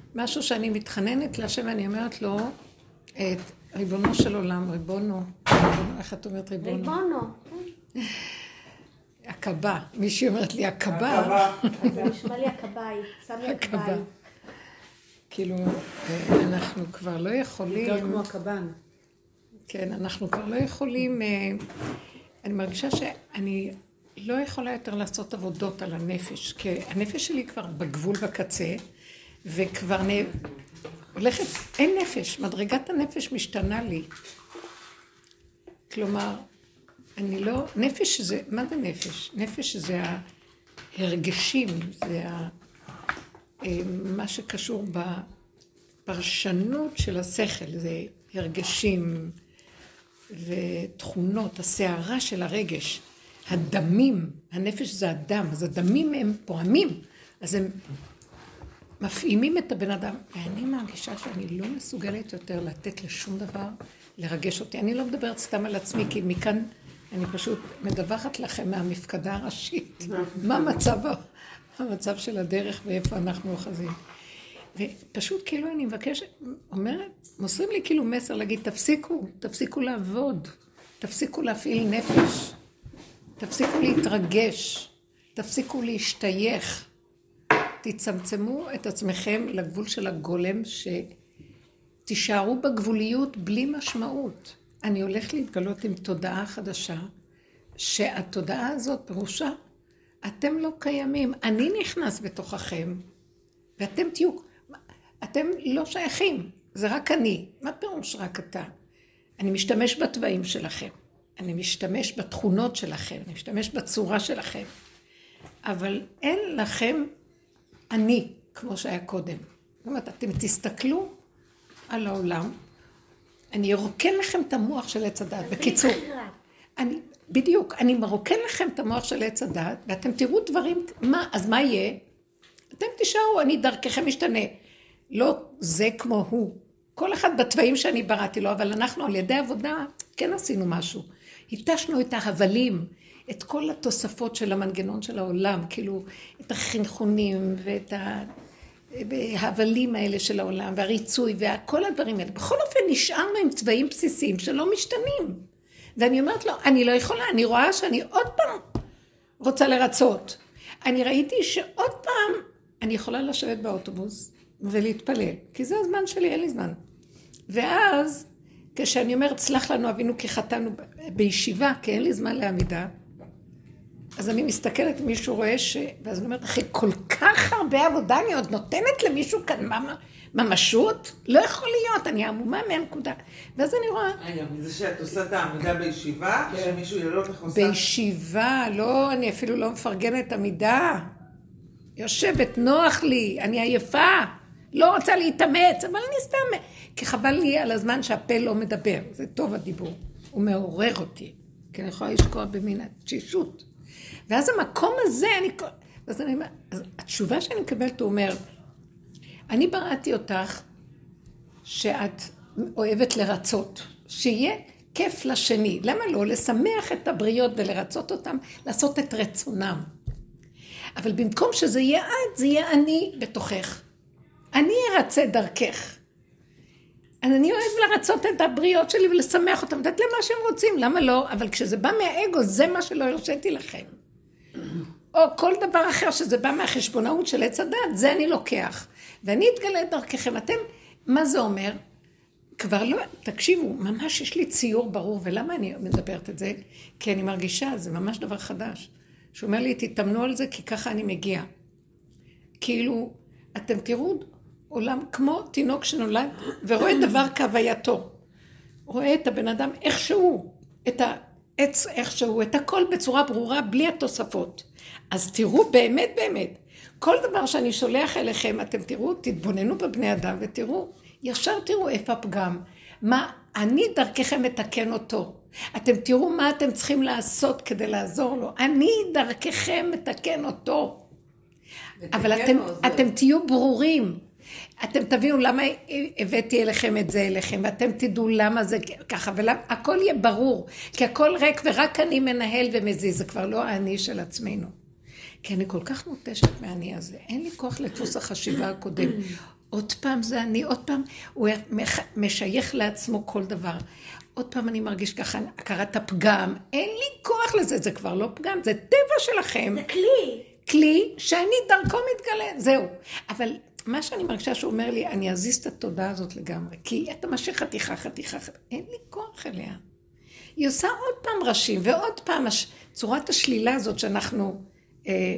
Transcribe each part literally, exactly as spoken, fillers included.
משהו שאני מתחננת להשם ואני אומרת לו, את ריבונו של עולם, ריבונו, ריבונו, איך את אומרת ריבונו? ריבונו. הקבה, מישהי אומרת לי הקבה. אז זה נשמע לי הקבאי, שם לי הקבאי. כאילו, אנחנו כבר לא יכולים... יותר כמו הקבן. כן, אנחנו כבר לא יכולים... אני מרגישה שאני לא יכולה יותר לעשות עבודות על הנפש, כי הנפש שלי כבר בגבול בקצה, וכבר נ... הולכת... אין נפש, מדרגת הנפש משתנה לי. כלומר, אני לא... נפש זה... מה זה נפש? נפש זה ההרגשים, זה ה... מה שקשור בפרשנות של השכל, זה הרגשים ותכונות, הסערה של הרגש, הדמים, הנפש זה הדם, אז הדמים הם פועמים, אז הם מפעימים את הבן אדם, ואני מרגישה שאני לא מסוגלת יותר לתת לשום דבר, לרגש אותי. אני לא מדברת סתם על עצמי, כי מכאן אני פשוט מדווחת לכם מהמפקדה הראשית, מה המצב, המצב של הדרך ואיפה אנחנו אוחזים. ופשוט כאילו אני מבקשת, אומרת, מוסרים לי כאילו מסר להגיד, תפסיקו, תפסיקו לעבוד, תפסיקו להפעיל נפש, תפסיקו להתרגש, תפסיקו להשתייך, תצמצמו את עצמכם לגבול של הגולם, שתישארו בגבוליות בלי משמעות. אני הולך להתגלות עם תודעה חדשה, שהתודעה הזאת פירושה, אתם לא קיימים, אני נכנס בתוככם, ואתם תהיו, אתם לא שייכים, זה רק אני. מה פירוש רק אתה? אני משתמש בטבעים שלכם, אני משתמש בתכונות שלכם, אני משתמש בצורה שלכם, אבל אין לכם אני, כמו שהיה קודם. זאת אומרת, אתם תסתכלו על העולם, אני ארוקן לכם את המוח של עץ הדת, בקיצור. אני, בדיוק, אני מרוקן לכם את המוח של עץ הדת, ואתם תראו דברים, מה, אז מה יהיה? אתם תשארו, אני דרככם משתנה. לא זה כמו הוא. כל אחד בטבעים שאני בראתי לו, אבל אנחנו על ידי עבודה כן עשינו משהו. התשנו את ההבלים, את כל התוספות של המנגנון של העולם, כאילו את החינכונים ואת ההבלים האלה של העולם, והריצוי וכל הדברים האלה. בכל אופן נשארנו עם צבעים בסיסיים שלא משתנים. ואני אומרת לו, אני לא יכולה, אני רואה שאני עוד פעם רוצה לרצות. אני ראיתי שעוד פעם אני יכולה לשבת באוטובוס ולהתפלל, כי זה הזמן שלי, אין לי זמן. ואז, כשאני אומרת, סלח לנו אבינו כי חטאנו בישיבה, כי אין לי זמן לעמידה, אז אני מסתכלת, מישהו רואה ש... ואז אני אומרת, אחרי כל כך הרבה עבודה, אני עוד נותנת למישהו כאן ממשות? לא יכול להיות, אני עמומה מהנקודה. ואז אני רואה... רגע, מזה שאת עושה את העמידה בישיבה, שמישהו ילא לך עושה... בישיבה, לא, אני אפילו לא מפרגנת את עמידה. יושבת, נוח לי, אני עייפה, לא רוצה להתאמץ, אבל אני סתם... כי חבל לי על הזמן שהפה לא מדבר, זה טוב הדיבור. הוא מעורר אותי, כי אני יכולה לשקוע במין התשישות. ואז המקום הזה, אני... אז אני... אז התשובה שאני מקבלת, הוא אומר, אני בראתי אותך שאת אוהבת לרצות, שיהיה כיף לשני. למה לא? לשמח את הבריות ולרצות אותם, לעשות את רצונם. אבל במקום שזה יהיה את, זה יהיה אני בתוכך. אני ארצה דרכך. אני אוהב לרצות את הבריות שלי ולשמח אותם, לתת למה שהם רוצים, למה לא? אבל כשזה בא מהאגו, זה מה שלא הרשיתי לכם. או כל דבר אחר שזה בא מהחשבונאות של עץ הדת, זה אני לוקח. ואני אתגלה את דרככם. אתם, מה זה אומר? כבר לא, תקשיבו, ממש יש לי ציור ברור, ולמה אני מדברת את זה? כי אני מרגישה, זה ממש דבר חדש. שאומר לי, תתאמנו על זה, כי ככה אני מגיע. כאילו, אתם תראו עולם כמו תינוק שנולד, ורואה דבר כהווייתו. רואה את הבן אדם איכשהו, את העץ איכשהו, את הכל בצורה ברורה, בלי התוספות. אז תראו באמת באמת, כל דבר שאני שולח אליכם, אתם תראו, תתבוננו בבני אדם ותראו, ישר תראו איפה הפגם. מה אני דרככם מתקן אותו. אתם תראו מה אתם צריכים לעשות כדי לעזור לו. אני דרככם מתקן אותו. אבל אתם, אתם תהיו ברורים. אתם תביאו למה הבאתי אליכם את זה אליכם, ואתם תדעו למה זה ככה, והכל יהיה ברור, כי הכל ריק ורק אני מנהל ומזיז, זה כבר לא האני של עצמנו. כי אני כל כך מוטשת מהאני הזה, אין לי כוח לדפוס החשיבה הקודם. עוד פעם זה אני, עוד פעם הוא משייך לעצמו כל דבר. עוד פעם אני מרגיש ככה, הכרת הפגם, אין לי כוח לזה, זה כבר לא פגם, זה טבע שלכם. זה כלי. כלי שאני דרכו מתגלה, זהו. אבל מה שאני מרגישה שהוא אומר לי, אני אזיז את התודעה הזאת לגמרי, כי אתה משאיר חתיכה, חתיכה, חתיכה, אין לי כוח אליה. היא עושה עוד פעם ראשים, ועוד פעם הש... צורת השלילה הזאת שאנחנו אה,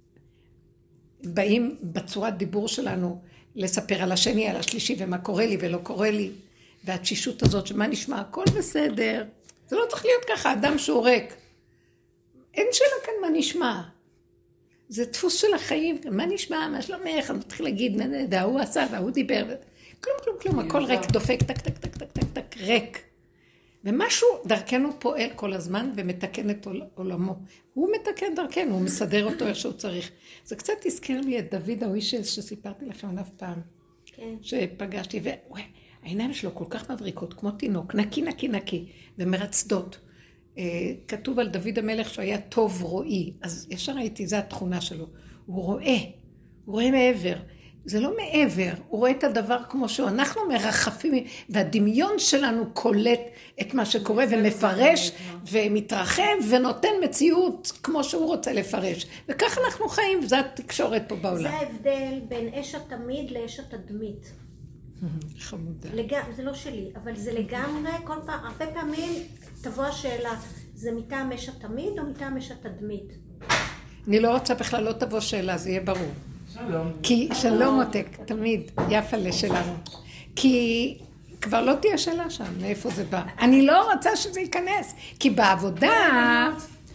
באים בצורת דיבור שלנו, לספר על השני, על השלישי, ומה קורה לי ולא קורה לי, והתשישות הזאת, שמה נשמע, הכל בסדר. זה לא צריך להיות ככה, אדם שהוא ריק. אין שאלה כאן מה נשמע. זה דפוס של החיים, מה נשמע, מה שלומך, אני מתחיל להגיד, נדע, הוא עשה והוא דיבר, כלום, כלום, כלום, הכל ריק, דופק, טק, טק, טק, טק, טק, טק, ריק. ומשהו דרכנו פועל כל הזמן ומתקן את עולמו. הוא מתקן דרכנו, הוא מסדר אותו איך שהוא צריך. זה קצת הזכיר לי את דוד האיש שסיפרתי לכם עליו פעם, כן. שפגשתי, והעיניים שלו כל כך מבריקות, כמו תינוק, נקי, נקי, נקי, ומרצדות. כתוב על דוד המלך שהיה טוב רואי, אז ישר ראיתי, זו התכונה שלו. הוא רואה, הוא רואה מעבר. זה לא מעבר, הוא רואה את הדבר כמו שהוא. אנחנו מרחפים, והדמיון שלנו קולט את מה שקורה ומפרש ומתרחב ונותן מציאות כמו שהוא רוצה לפרש. וכך אנחנו חיים, וזו התקשורת פה בעולם. זה ההבדל בין אש התמיד לאש התדמית. חמודה. לג... זה לא שלי, אבל זה לגמרי, כל פעם, הרבה פעמים תבוא השאלה, זה מטעם אש התמיד או מטעם אש התדמית? אני לא רוצה בכלל, לא תבוא שאלה, זה יהיה ברור. שלום. כי שלום עותק, תמיד, יפה לשלנו. כי כבר לא תהיה שאלה שם, מאיפה זה בא. אני לא רוצה שזה ייכנס, כי בעבודה,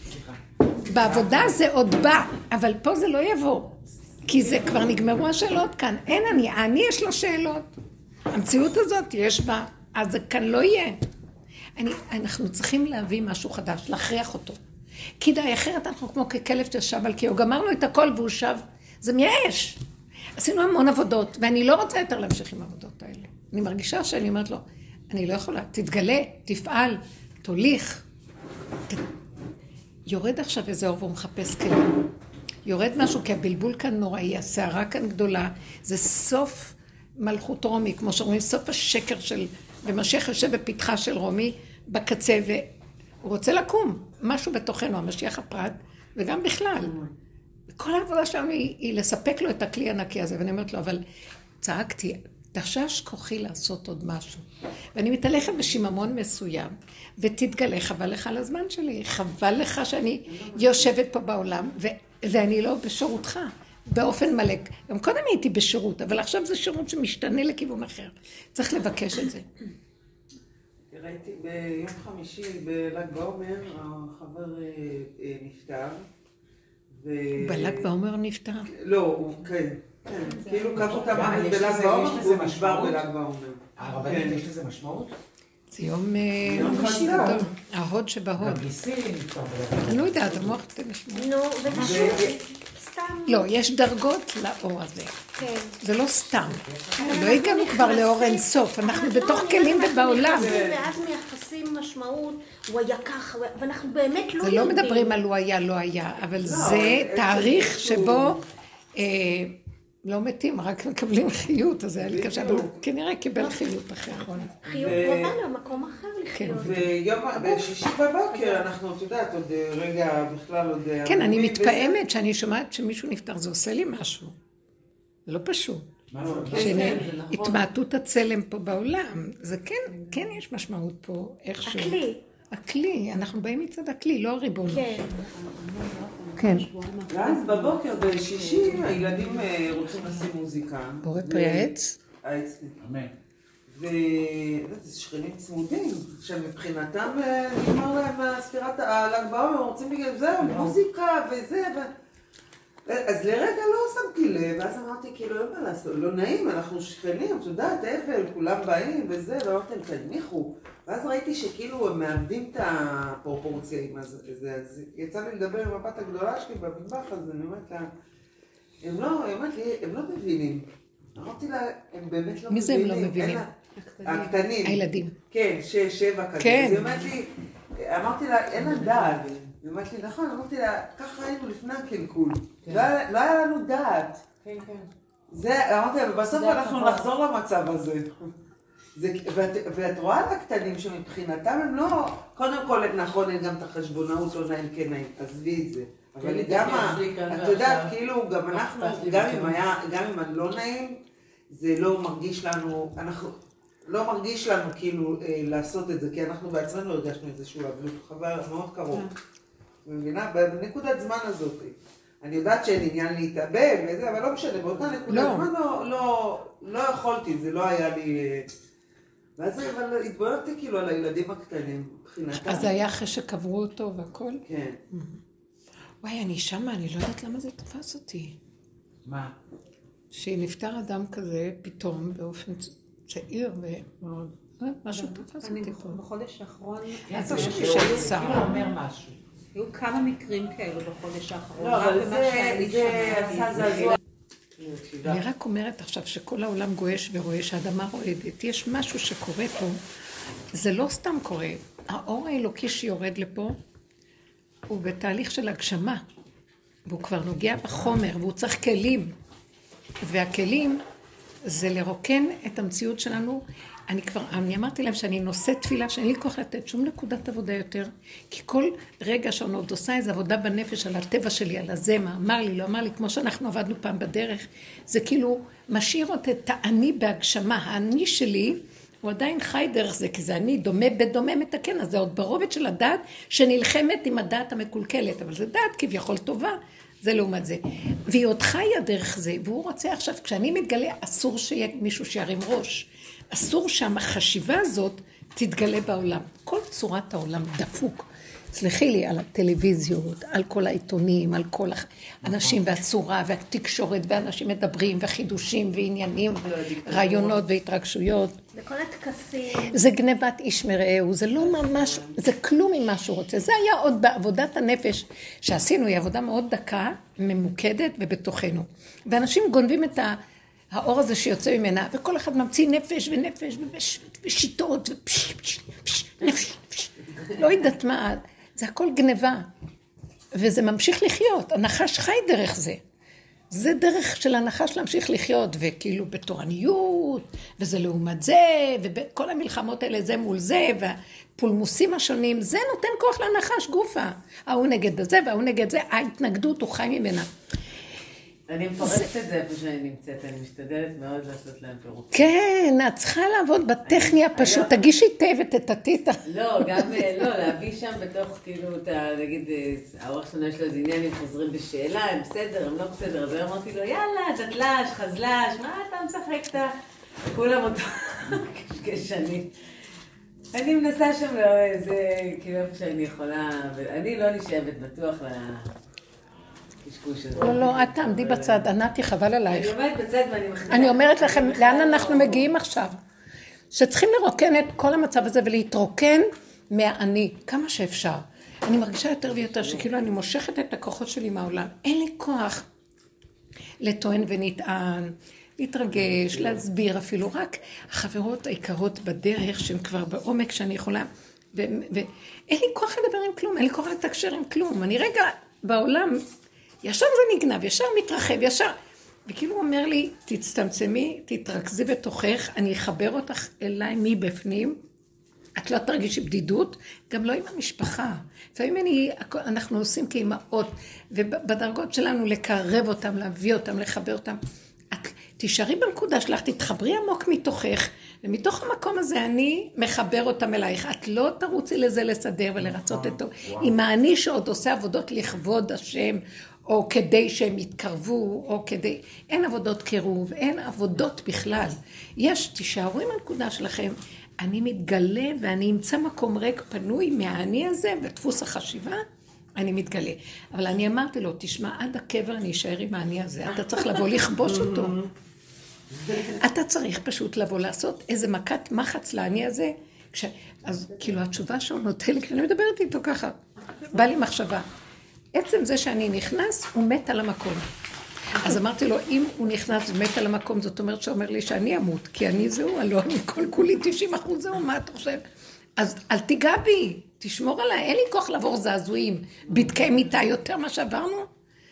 בעבודה זה עוד בא, אבל פה זה לא יבוא. כי זה כבר נגמרו השאלות כאן. אין אני, אני יש לו שאלות. המציאות הזאת יש בה, אז זה כאן לא יהיה. אני, אנחנו צריכים להביא משהו חדש, להכריח אותו. כדאי, אחרת אנחנו כמו ככלב ששב על קיאו, גמרנו את הכל והוא שב, זה מייאש. עשינו המון עבודות, ואני לא רוצה יותר להמשיך עם העבודות האלה. אני מרגישה שאני אומרת לו, אני לא יכולה, תתגלה, תפעל, תוליך. ת... יורד עכשיו איזה אור והוא מחפש כלים. יורד משהו, כי הבלבול כאן נוראי, השערה כאן גדולה, זה סוף מלכות רומי, כמו שאומרים, סוף השקר של, ומשיח יושב בפתחה של רומי, בקצה, והוא רוצה לקום, משהו בתוכנו, המשיח הפרט, וגם בכלל. כל העבודה שלנו היא, היא לספק לו את הכלי הנקי הזה, ואני אומרת לו, אבל צעקתי, תשש כוחי לעשות עוד משהו. ואני מתהלכת בשיממון מסוים, ותתגלה, חבל לך על הזמן שלי, חבל לך שאני יושבת פה בעולם, ו, ואני לא בשירותך, באופן מלא. גם קודם הייתי בשירות, אבל עכשיו זה שירות שמשתנה לכיוון אחר. צריך לבקש את זה. ראיתי ביום חמישי בל"ג בעומר, החבר נפטר. בל"ג בעומר נפטר? לא, הוא כן. כן, כאילו קבעו את המוות בל"ג בעומר, והוא נשבר בל"ג בעומר. הרבנית, יש לזה משמעות? זה יום... יום חסד. ההוד שבהוד. גם גיסי נפטר בל"ג. אני לא יודעת, המוח אתם משמעות. נו, ופשוט, סתם. לא, יש דרגות לאור הזה. כן. זה לא סתם. לא הגענו כבר לאור אין סוף, אנחנו בתוך כלים ובעולם. ואז מייחסים משמעות, הוא היה כך, ואנחנו באמת לא יודעים. זה לא מדברים על הוא היה, לא היה, אבל זה תאריך שבו לא מתים, רק מקבלים חיות, אז היה לי קשה, אבל הוא כנראה קיבל חיות אחרת. חיות קרובה למקום אחר לחיות. ויום, בשישי בבוקר אנחנו, את יודעת, עוד רגע בכלל עוד... כן, אני מתפעמת שאני שומעת שמישהו נפטר, זה עושה לי משהו. זה לא פשוט. התמעטות הצלם פה בעולם, זה כן, כן יש משמעות פה, איכשהו. הכלי. הכלי, אנחנו באים מצד הכלי, לא הריבונות. כן. כן. ואז בבוקר, בשישי, הילדים רוצים לשים מוזיקה. בורא פרי העץ? העץ. אמן. וזה שכנים צמודים, שמבחינתם נגמר להם ספירת הל"ג בעומר, הם רוצים בגלל זהו, מוזיקה וזה, אז לרגע לא שמתי לב, ואז אמרתי, כאילו, לא מה לעשות, לא נעים, אנחנו שכנים, את יודעת, אבל, כולם באים וזה, ואמרתם, תנמיכו. ואז ראיתי שכאילו הם מאבדים את הפרופורציה עם זה, אז יצא לי לדבר עם הבת הגדולה שלי במטבח, אז אני אומרת לה, הם לא, היא אומרת לי, הם לא מבינים. אמרתי לה, הם באמת לא מבינים. מי זה הם לא מבינים? הקטנים. הילדים. כן, שש, שבע כזה. כן. אז היא אומרת לי, אמרתי לה, אין לה דעת. היא אומרת לי, נכון, אמרתי לה, ככה היינו לפני הקלקול. לא היה לנו דעת. כן, כן. זה, אמרתי, ובסוף זה אנחנו הכבוד. נחזור למצב הזה. זה, ואת, ואת רואה את הקטנים שמבחינתם הם לא, קודם כל נכון, אין גם את החשבונאות, לא נעים כן נעים, עזבי את זה. אבל כן, גם, תתייחס ה- לי כאן את ועכשיו. יודעת, כאילו, גם אנחנו, אכפת לי גם מכם. אם היה, גם אם לא נעים, זה לא מרגיש לנו, אנחנו, לא מרגיש לנו כאילו אה, לעשות את זה, כי אנחנו בעצמנו הרגשנו איזשהו אבלות, חבר מאוד קרוב. מבינה? בנקודת זמן הזאת. אני יודעת שאין עניין להתאבד וזה, אבל לא משנה, באותה נקודת לא. זמן לא, לא, לא יכולתי, זה לא היה לי... אה, ואז אבל התבוננתי כאילו על הילדים הקטנים, מבחינתם. אז זה היה אחרי שקברו אותו והכל? כן. וואי, אני שמה, אני לא יודעת למה זה תפס אותי. מה? שנפטר אדם כזה פתאום באופן צ- צעיר ומאוד... אה, משהו תפס אני אותי פה. בחודש האחרון, כן, זה זה של שהוא צער. כאילו אומר משהו. היו כמה מקרים כאלו בחודש האחרון. לא, אבל רק במה זה, שאני זה שמעתי. עשה זעזוע. אני רק אומרת עכשיו שכל העולם גועש ורואה שהאדמה רועדת. יש משהו שקורה פה, זה לא סתם קורה. האור האלוקי שיורד לפה הוא בתהליך של הגשמה, והוא כבר נוגע בחומר, והוא צריך כלים. והכלים זה לרוקן את המציאות שלנו. אני כבר, אני אמרתי להם שאני נושא תפילה, שאין לי כוח לתת שום נקודת עבודה יותר, כי כל רגע שאני עוד עושה איזו עבודה בנפש על הטבע שלי, על הזה, מה אמר לי, לא אמר לי, כמו שאנחנו עבדנו פעם בדרך, זה כאילו משאיר אותי את האני בהגשמה. האני שלי הוא עדיין חי דרך זה, כי זה אני דומה בדומה מתקן, אז זה עוד ברובד של הדעת שנלחמת עם הדעת המקולקלת, אבל זה דעת כביכול טובה, זה לעומת זה. והיא עוד חיה דרך זה, והוא רוצה עכשיו, כשאני מתגלה, אסור שיהיה מישהו שירים ראש. אסור שהחשיבה הזאת תתגלה בעולם. כל צורת העולם דפוק. סלחי לי, על הטלוויזיות, על כל העיתונים, על כל האנשים והצורה והתקשורת, ואנשים מדברים וחידושים ועניינים, רעיונות והתרגשויות. וכל הטקסים. זה גנבת איש מרעהו, זה לא ממש, זה כלום ממה שהוא רוצה. זה היה עוד בעבודת הנפש שעשינו, היא עבודה מאוד דקה, ממוקדת ובתוכנו. ואנשים גונבים את ה... האור הזה שיוצא ממנה, וכל אחד ממציא נפש ונפש ושיטות ופש, פש, פש, נפש, פש. לא יודעת מה, זה הכל גניבה. וזה ממשיך לחיות, הנחש חי דרך זה. זה דרך של הנחש להמשיך לחיות, וכאילו בתורניות, וזה לעומת זה, וכל המלחמות האלה זה מול זה, והפולמוסים השונים, זה נותן כוח לנחש גופה. ההוא נגד זה וההוא נגד זה, ההתנגדות הוא חי ממנה. אני מפרקת את זה איפה שאני נמצאת, אני משתדלת מאוד לעשות להם פירוט. כן, את צריכה לעבוד בטכניה פשוט, תגישי תה ותטטי את ה... לא, גם, לא, להביא שם בתוך, כאילו, אתה, נגיד, העורך שלנו יש לו איזה עניין, הם חוזרים בשאלה, הם בסדר, הם לא בסדר, אז אני אמרתי לו, יאללה, דתל"ש, חזל"ש, מה אתה משחק את כולם אותו קשקשנים. אני מנסה שם, לא, זה כאילו איפה שאני יכולה, אני לא נשאבת בטוח ל... לא, לא, את תעמדי בצד, ענתי חבל עלייך. אני עומדת בצד ואני מחליטה. אני אומרת לכם, לאן אנחנו מגיעים עכשיו? שצריכים לרוקן את כל המצב הזה ולהתרוקן מהאני, כמה שאפשר. אני מרגישה יותר ויותר שכאילו אני מושכת את הכוחות שלי מהעולם. אין לי כוח לטוען ונטען, להתרגש, להסביר אפילו, רק החברות העיקרות בדרך שהן כבר בעומק שאני יכולה, ואין לי כוח לדבר עם כלום, אין לי כוח לתקשר עם כלום. אני רגע בעולם... ישר זה נגנב, ישר מתרחב, ישר. וכאילו הוא אומר לי, תצטמצמי, תתרכזי בתוכך, אני אחבר אותך אליי מבפנים, את לא תרגישי בדידות, גם לא עם המשפחה. לפעמים אני, אנחנו עושים כאימהות, ובדרגות שלנו לקרב אותם, להביא אותם, לחבר אותם. את תישארי בנקודה שלך, תתחברי עמוק מתוכך, ומתוך המקום הזה אני מחבר אותם אלייך. את לא תרוצי לזה לסדר ולרצות את טוב. עם האני שעוד עושה עבודות לכבוד השם, או כדי שהם יתקרבו, או כדי... אין עבודות קירוב, אין עבודות בכלל. יש, תישארו עם הנקודה שלכם, אני מתגלה ואני אמצא מקום ריק פנוי מהאני הזה, ודפוס החשיבה, אני מתגלה. אבל אני אמרתי לו, תשמע, עד הקבר אני אשאר עם האני הזה, אתה צריך לבוא לכבוש אותו. אתה צריך פשוט לבוא לעשות איזה מכת מחץ לאני הזה, כש... אז כאילו התשובה שהוא נותן לי, כשאני מדברת איתו ככה, בא לי מחשבה. עצם זה שאני נכנס, הוא מת על המקום. אז אמרתי לו, אם הוא נכנס ומת על המקום, זאת אומרת שאומר לי שאני אמות, כי אני זהו, הלא אני כל כולי תשעים אחוז זהו, מה אתה חושב? אז אל תיגע בי, תשמור עליי, אין לי כוח לעבור זעזועים, בדקי מיטה יותר מה שעברנו.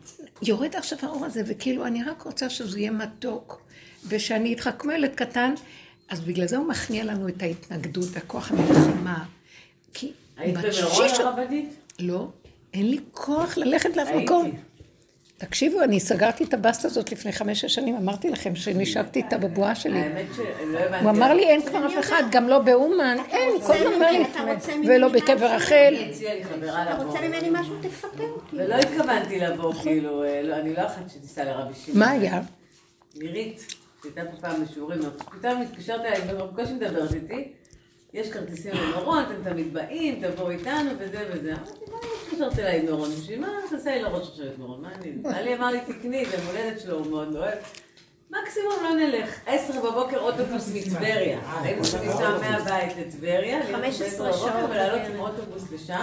יורד עכשיו האור הזה, וכאילו אני רק רוצה שזה יהיה מתוק, ושאני איתך כמו ילד קטן, אז בגלל זה הוא מכניע לנו את ההתנגדות, הכוח המלחמה. כי היית בת במירון שש- הרבנית? לא, אין לי כוח ללכת לאף מקום. הייתי. תקשיבו, אני סגרתי את הבסטה הזאת לפני חמש-שש שנים, אמרתי לכם שנשארתי איתה בבועה שלי. האמת שאני לא הבנתי. הוא אמר לי, אין כבר אף אחד, גם לא באומן, אין, כל הזמן אומר לי, אתה רוצה ממני ולא משהו? בקבר רחל. היא הציעה לי חברה אתה לבוא. רוצה ממני משהו, תפטר אותי. ולא התכוונתי לבוא, כאילו, אה, לא, אני לא אחת שתיסע לרבי שמעון. מה היה? נירית, שהייתה פה פעם בשיעורים, פתאום מתקשרת אליי, בקושי מדברת איתי, יש כרטיסים למירון, אתם תמיד באים, תבואו איתנו וזה וזה. אמרתי, מה היא מתקשרת אליי מירון? בשביל מה תעשה לי לראש עכשיו את מירון? מה אני... עלי אמר לי, תקני, זה מולדת שלו, הוא מאוד אוהב. מקסימום לא נלך. עשר בבוקר אוטובוס מטבריה. היינו צריכים לנסוע מהבית לטבריה, חמש עשרה בבוקר שעות ולעלות בדרך. עם אוטובוס לשם.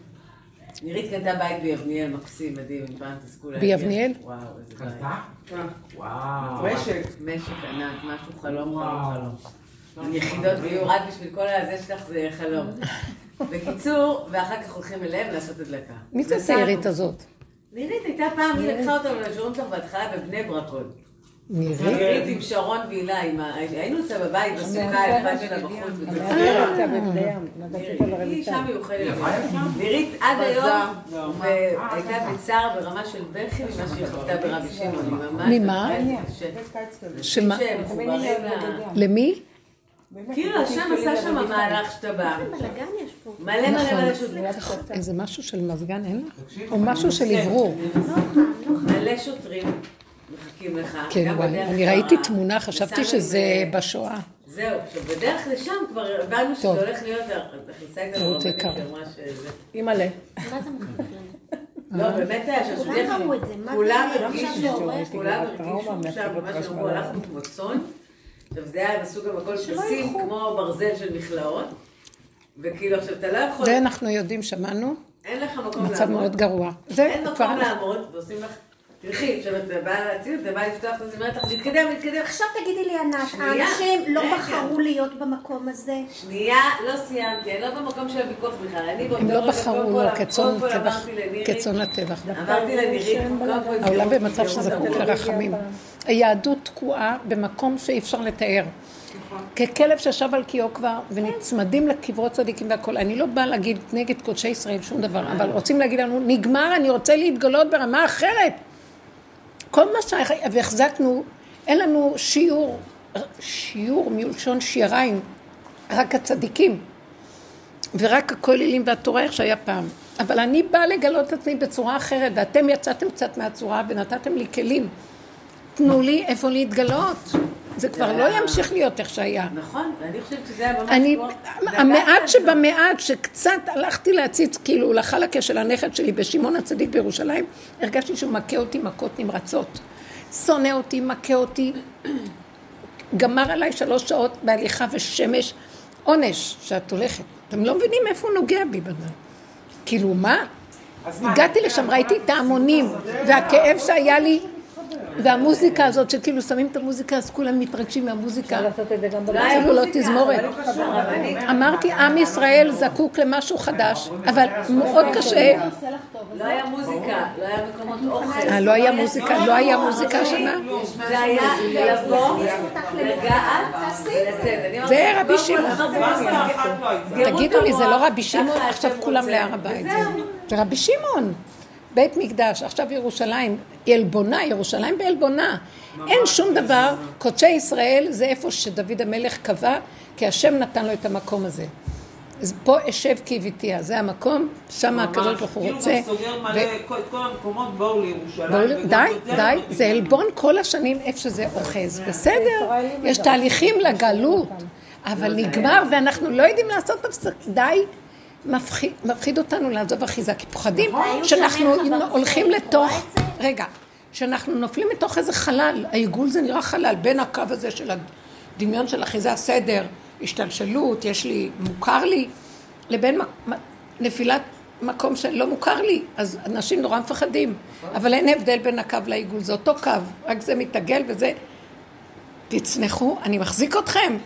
נירית קנתה בית ביבניאל, מקסים, מדהים, אם פעם תזכו להגיע. ביבניאל? וואו, איזה בית. קנתה? וואו. משק. משק ענק, משהו חלום, חלום, חלום. עם יחידות דיור, רק בשביל כל הזה שלך זה חלום. בקיצור, ואחר כך הולכים אליהם לעשות הדלקה. מי זאת נסענו. הצעירית הזאת? נירית הייתה פעם, היא לקחה אותנו לשיעורים שלך בהתחלה בבני ברק עוד. נירית? נירית עם שרון והילה, עם ה- היינו אצלה בבית, בסוכה היפה שלה בחוץ. אה, נירית, היא אישה מיוחדת. נירית עד היום, והייתה בצער ברמה של בכי ממה שהיא חוותה ברבי שמעון. היא ממש... ממה? ש- שמה? שהם מחוברים ל... למי? כאילו השם עשה שם מהלך שאתה בא. בלגן יש פה. מלא מלא נכון. מלא שוטרים. איזה משהו של מזגן אין לך? או משהו של עברור. מלא שוטרים מחכים לך. כן, גם וואי, בדרך אני ל- ראיתי תמונה, חשבתי נסענו שזה עם- בשואה. זהו, עכשיו בדרך לשם כבר הבנו שזה טוב. הולך להיות, הכניסה איתנו רות רבנית יקרה. שאמרה שזה... אימא'לה. מה זה מוכיח לנו? לא, באמת היה שם כולם ראו את זה, מה זה? כולם עכשיו הרגישו, לעורר. כולם הרגישו שם, מה שאמרו, הלכנו כמו צאן. עכשיו זה היה בסוג המקום פסים כמו ברזל של מכלאות. וכאילו עכשיו אתה לא יכול, זה אנחנו יודעים, שמענו, אין לך מקום לעמוד. מצב מאוד גרוע. זה אין כבר... מקום לעמוד, ועושים לך, תלכי, עכשיו אתה באה להציל, אתה באה לפתוח את זה, אומרת לך, להתקדם, להתקדם, עכשיו תגידי לי ענת, שנייה, האנשים לא רגע. בחרו להיות במקום הזה. שנייה, לא סיימתי, אני לא במקום של הוויכוח בכלל, אני באותו הם לא רגע, בחרו קודם לו כל, כצאן קודם כל טבח, אמרתי לנירית, כצאן הטבח. אמרתי לנירית, קודם כל, העולם תראו, במצב תראו, שזקוק תראו, לרחמים. היהדות תקועה במקום שאי אפשר לתאר. ככלב שישב על קיאו כבר, ונצמדים לקברות צדיקים והכל. אני לא באה להגיד נגד קודשי ישראל שום דבר, אבל רוצים להגיד לנו, נגמר, אני רוצה להתגלות ברמה אחרת. כל מה ש... והחזקנו, אין לנו שיעור, שיעור מלשון שיריים, רק הצדיקים, ורק הכוללים והתורה איך שהיה פעם. אבל אני באה לגלות את עצמי בצורה אחרת, ואתם יצאתם קצת מהצורה ונתתם לי כלים. תנו לי איפה להתגלות. זה כבר לא ימשיך להיות איך שהיה. נכון, ואני חושבת שזה היה ממש אני, כמו... המעט שבמעט שקצת הלכתי להציץ כאילו לחלקה של הנכד שלי בשמעון הצדיק בירושלים, הרגשתי שהוא מכה אותי מכות נמרצות. שונא אותי, מכה אותי, גמר עליי שלוש שעות בהליכה ושמש, עונש שאת הולכת. אתם לא מבינים איפה הוא נוגע בי בזה. כאילו מה? הגעתי לשם, ראיתי את ההמונים, והכאב שהיה לי, והמוזיקה הזאת, שכאילו שמים את המוזיקה, אז כולם מתרגשים מהמוזיקה. לעשות את זה גם לא היה אפילו לא מוזיקה, תזמורת. אבל לא חשוב, הרבנית. אמרתי, עם ישראל זקוק למשהו חדש, אבל מאוד קשה. לא היה מוזיקה, לא היה מקומות אוכל. אה, לא היה מוזיקה, לא היה מוזיקה השנה? זה היה לבוא, לגעת, ולצאת. אני זה אמרתי, רבי קודם כל, שמעון. אמרתי, סגרו תגידו את לי, זה לא המוח, רבי שמעון? ככה עכשיו השם כולם רוצה. להר הבית. וזהו. זה רבי שמעון. בית מקדש, עכשיו ירושלים, עלבונה, ירושלים בעלבונה. אין שום דבר, קודשי ישראל זה איפה שדוד המלך קבע, כי השם נתן לו את המקום הזה. אז פה אשב קיוויתיה, זה המקום, שם הקדוש ברוך הוא רוצה. כאילו סוגר מלא, כל כל המקומות באו לירושלים. בואו- וגם די, יותר די, לא זה עלבון כל השנים איפה שזה אוחז, בסדר, יש תהליכים לגלות, אבל נגמר ואנחנו לא יודעים לעשות הפסק, די, מפחיד, מפחיד אותנו לעזוב אחיזה, כי פוחדים שאנחנו הולכים לתוך, רגע, שאנחנו נופלים לתוך איזה חלל, העיגול זה נראה חלל, בין הקו הזה של הדמיון של אחיזה, הסדר, השתלשלות, יש לי, מוכר לי, לבין מ- נפילת מקום שלא מוכר לי, אז אנשים נורא מפחדים, אבל אין הבדל בין הקו לעיגול, זה אותו קו, רק זה מתעגל וזה, תצנחו, אני מחזיק אתכם.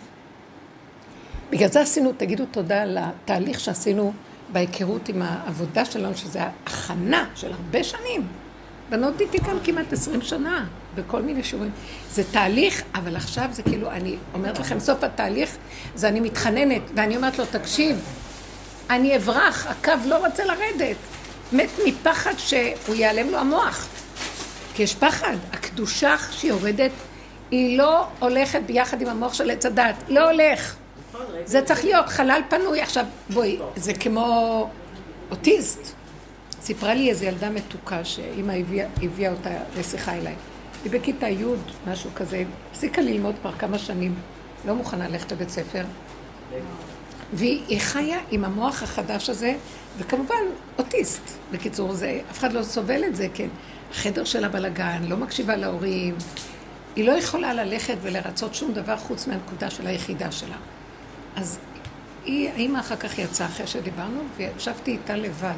בגלל זה עשינו, תגידו תודה על התהליך שעשינו בהיכרות עם העבודה שלנו, שזה ההכנה של הרבה שנים. בנות איתי כאן כמעט עשרים שנה, בכל מיני שיעורים. זה תהליך, אבל עכשיו זה כאילו, אני אומרת לכם, סוף התהליך, זה אני מתחננת, ואני אומרת לו, תקשיב, אני אברח, הקו לא רוצה לרדת. מת מפחד שהוא ייעלם לו המוח. כי יש פחד, הקדושה שיורדת, היא לא הולכת ביחד עם המוח של עץ הדת, לא הולך. זה צריך להיות חלל פנוי. עכשיו, בואי, זה כמו אוטיסט. סיפרה לי איזו ילדה מתוקה שאמא הביאה, הביאה אותה לשיחה אליי. היא בכיתה י' משהו כזה, הפסיקה ללמוד כבר כמה שנים, לא מוכנה ללכת לבית ספר. והיא חיה עם המוח החדש הזה, וכמובן אוטיסט. בקיצור, זה, אף אחד לא סובל את זה, כן. החדר שלה בלגן, לא מקשיבה להורים. היא לא יכולה ללכת ולרצות שום דבר חוץ מהנקודה של היחידה שלה. אז היא, האמא אחר כך יצאה אחרי שדיברנו, וישבתי איתה לבד.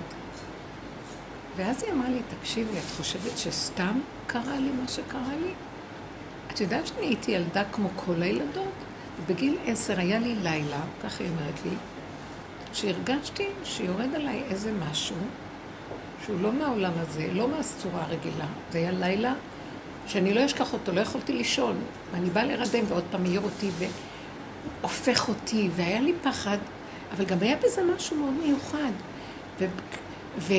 ואז היא אמרה לי, תקשיבי, את חושבת שסתם קרה לי מה שקרה לי? את יודעת שאני הייתי ילדה כמו כל הילדות? ובגיל עשר היה לי לילה, ככה היא אומרת לי, שהרגשתי שיורד עליי איזה משהו, שהוא לא מהעולם הזה, לא מהצורה הרגילה. זה היה לילה שאני לא אשכח אותו, לא יכולתי לישון. ואני באה לרדם ועוד פעם העיר אותי והופך אותי, והיה לי פחד, אבל גם היה בזה משהו מאוד מיוחד. ו... ו...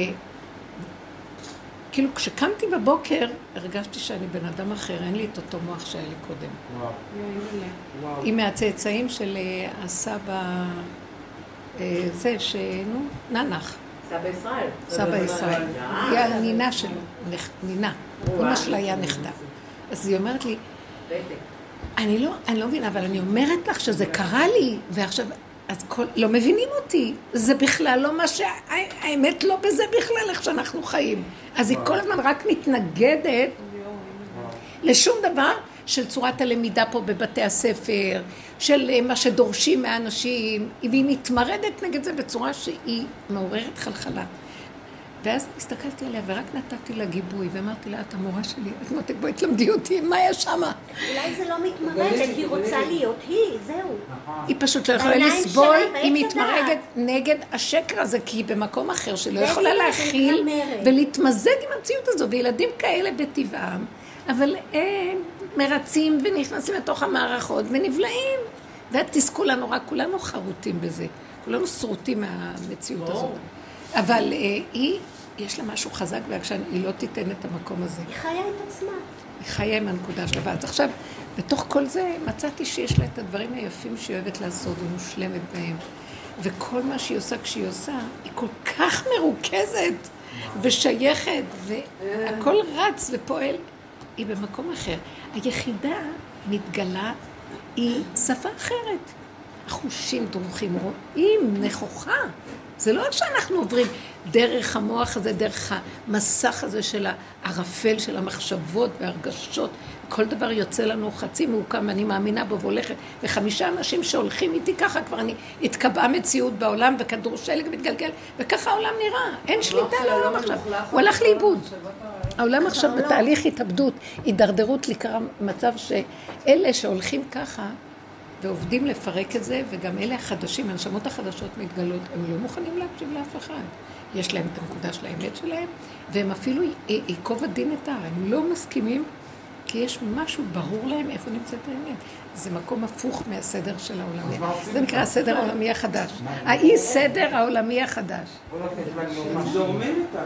כאילו, כשקמתי בבוקר, הרגשתי שאני בן אדם אחר, אין לי את אותו מוח שהיה לי קודם. וואו. וואו. היא מהצאצאים של הסבא, זה שנו, ננח. סבא ישראל. סבא ישראל. היא הנינה שלו, נינה. אמא שלה היה נכדה. אז היא אומרת לי, אני לא, אני לא מבינה, אבל אני אומרת לך שזה קרה לי, ועכשיו, אז כל, לא מבינים אותי. זה בכלל לא מה שה... האמת לא בזה בכלל איך שאנחנו חיים. אז היא כל הזמן רק מתנגדת לשום דבר של צורת הלמידה פה בבתי הספר, של מה שדורשים מהאנשים, והיא מתמרדת נגד זה בצורה שהיא מעוררת חלחלה. ואז הסתכלתי עליה ורק נתתי לה גיבוי, ואמרתי לה, את המורה שלי, את מותק בואי תלמדי אותי, מה יש שמה? אולי זה לא מתמרדת, היא רוצה להיות היא, זהו. היא פשוט לא יכולה לסבול, היא מתמרגת נגד השקר הזה, כי היא במקום אחר שלא יכולה להכיל ולהתמזג עם המציאות הזו, וילדים כאלה בטבעם, אבל הם מרצים ונכנסים לתוך המערכות ונבלעים, והתסכול הנורא, כולנו חרוטים בזה, כולנו שרוטים מהמציאות הזאת. אבל היא, יש לה משהו חזק, והיא לא תיתן את המקום הזה. היא חיה את עצמה. היא חיה עם הנקודה שלה. ואז עכשיו, בתוך כל זה, מצאתי שיש לה את הדברים היפים שהיא אוהבת לעשות, היא מושלמת בהם. וכל מה שהיא עושה כשהיא עושה, היא כל כך מרוכזת ושייכת, והכל רץ ופועל. היא במקום אחר. היחידה מתגלה, היא שפה אחרת. החושים דרוכים, רואים, נכוחה. זה לא שאנחנו עוברים דרך המוח הזה, דרך המסך הזה של הערפל, של המחשבות והרגשות. כל דבר יוצא לנו חצי מעוקם, אני מאמינה בו והולכת. וחמישה אנשים שהולכים איתי ככה, כבר אני התקבעה מציאות בעולם, וכדור שלג מתגלגל, וככה העולם נראה. אין שליטה על העולם עכשיו. הוא הלך לאיבוד. העולם עכשיו בתהליך התאבדות, הידרדרות לקראת מצב שאלה שהולכים ככה, ועובדים לפרק את זה, וגם אלה החדשים, הנשמות החדשות מתגלות, הם לא מוכנים להקשיב לאף אחד. יש להם את הנקודה של האמת שלהם, והם אפילו יקוב הדין את ההר, הם לא מסכימים, כי יש משהו ברור להם איפה נמצאת האמת. זה מקום הפוך מהסדר של העולמי. זה נקרא הסדר העולמי החדש. האי סדר העולמי החדש. זורמים אותה.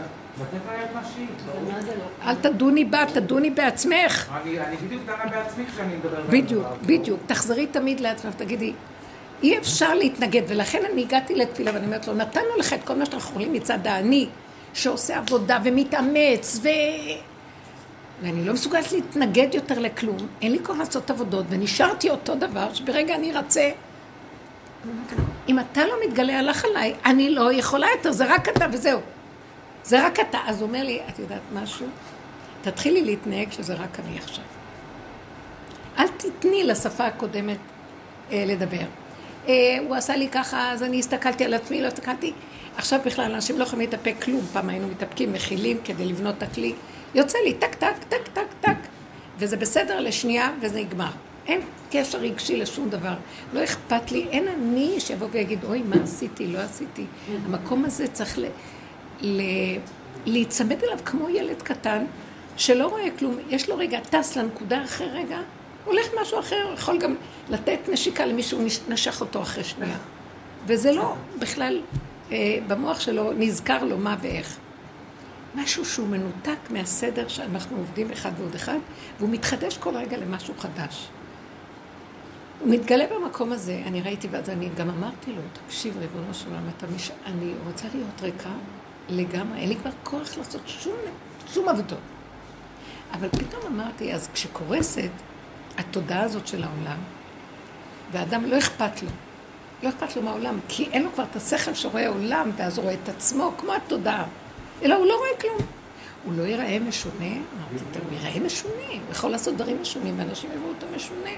אל תדוני בה, תדוני בעצמך. אני בדיוק דנה בעצמי כשאני מדבר. בדיוק, בדיוק. תחזרי תמיד לעצמך, תגידי, אי אפשר להתנגד, ולכן אני הגעתי לתפילה ואני אומרת לו, נתנו לך את כל מה שאנחנו יכולים מצד העני, שעושה עבודה ומתאמץ, ו... ואני לא מסוגלת להתנגד יותר לכלום, אין לי כוח לעשות עבודות, ונשארתי אותו דבר, שברגע אני רצה, אם אתה לא מתגלה הלך עליי, אני לא יכולה יותר, זה רק אתה וזהו. זה רק אתה. אז הוא אומר לי, את יודעת משהו? תתחילי להתנהג שזה רק אני עכשיו. אל תתני לשפה הקודמת אה, לדבר. אה, הוא עשה לי ככה, אז אני הסתכלתי על עצמי, לא הסתכלתי. עכשיו בכלל, אנשים לא יכולים להתאפק כלום. פעם היינו מתאפקים, מכילים כדי לבנות את הכלי. יוצא לי, טק, טק, טק, טק, טק. וזה בסדר לשנייה, וזה נגמר. אין קשר רגשי לשום דבר. לא אכפת לי, אין אני שיבוא ויגיד, אוי, מה עשיתי, לא עשיתי. המקום הזה צריך ל... ל... להצמד אליו כמו ילד קטן, שלא רואה כלום, יש לו רגע, טס לנקודה אחרי רגע, הולך משהו אחר, יכול גם לתת נשיקה למישהו, נשך אותו אחרי שנייה. וזה לא בכלל, אה, במוח שלו נזכר לו מה ואיך. משהו שהוא מנותק מהסדר שאנחנו עובדים אחד ועוד אחד, והוא מתחדש כל רגע למשהו חדש. הוא מתגלה במקום הזה, אני ראיתי, ואז אני גם אמרתי לו, תקשיב ריבונו של עולם, אתה מש... אני רוצה להיות ריקה לגמרי, אין לי כבר כוח לעשות שום, שום עבודות. אבל פתאום אמרתי, אז כשקורסת התודעה הזאת של העולם, והאדם לא אכפת לו, לא אכפת לו מהעולם, כי אין לו כבר את השכל שרואה עולם, ואז הוא רואה את עצמו, כמו התודעה. אלא הוא לא רואה כלום. הוא לא ייראה משונה, אמרתי, הוא ייראה משונה, הוא יכול לעשות דברים משונים, ואנשים יראו אותו משונה.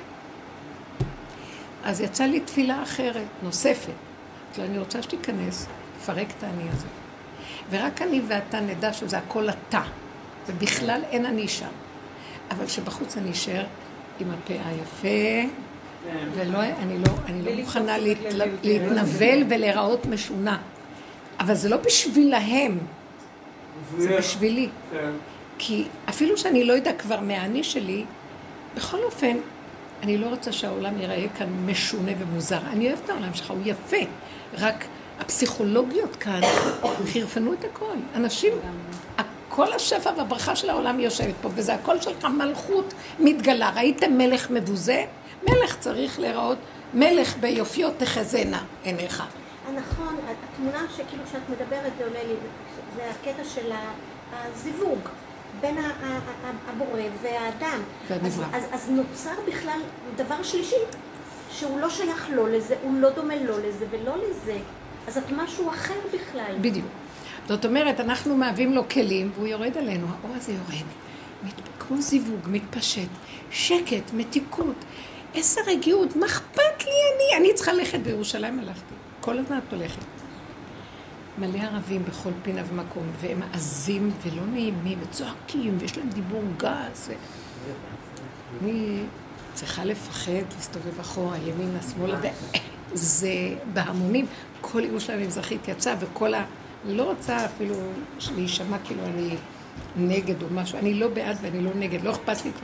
אז יצא לי תפילה אחרת, נוספת. אז אני רוצה שתיכנס, תפרק את העני הזה. ורק אני ואתה נדע שזה הכל אתה, ובכלל אין אני שם. אבל שבחוץ אני אשאר עם הפה היפה, ולא, אני לא, אני לא מוכנה להתנבל ולהיראות משונה. אבל זה לא בשבילהם, זה בשבילי. כי אפילו שאני לא יודע כבר מהעני שלי, בכל אופן, אני לא רוצה שהעולם ייראה כאן משונה ומוזר. אני אוהבת את העולם שלך, הוא יפה. רק הפסיכולוגיות כאן חרפנו את הכל. אנשים, כל השפע והברכה של העולם יושבת פה, וזה הכל שלך מלכות מתגלה. ראיתם מלך מבוזה? מלך צריך להיראות, מלך ביופיות תחזנה עיניך. נכון, התמונה שכאילו שאת מדברת זה עולה לי, זה הקטע של הזיווג בין הבורא והאדם. אז, אז, אז נוצר בכלל דבר שלישי, שהוא לא שייך לו לזה, הוא לא דומה לו לזה ולא לזה. אז את משהו אחר בכלל. בדיוק. זאת אומרת, אנחנו מהווים לו כלים, והוא יורד עלינו, האור הזה יורד. כמו זיווג, מתפשט, שקט, מתיקות, עשר רגיעות, מה אכפת לי אני? אני צריכה ללכת בירושלים, הלכתי. כל הזמן את הולכת. מלא ערבים בכל פינה ומקום, והם עזים ולא נעימים, וצועקים, ויש להם דיבור גס. אני צריכה לפחד, להסתובב אחורה, ימינה, שמאלה, זה בהמונים. כל ירושלים המזרחית יצא, וכל ה... לא רוצה אפילו להישמע כאילו אני נגד או משהו. אני לא בעד ואני לא נגד, לא אכפת לי כבר.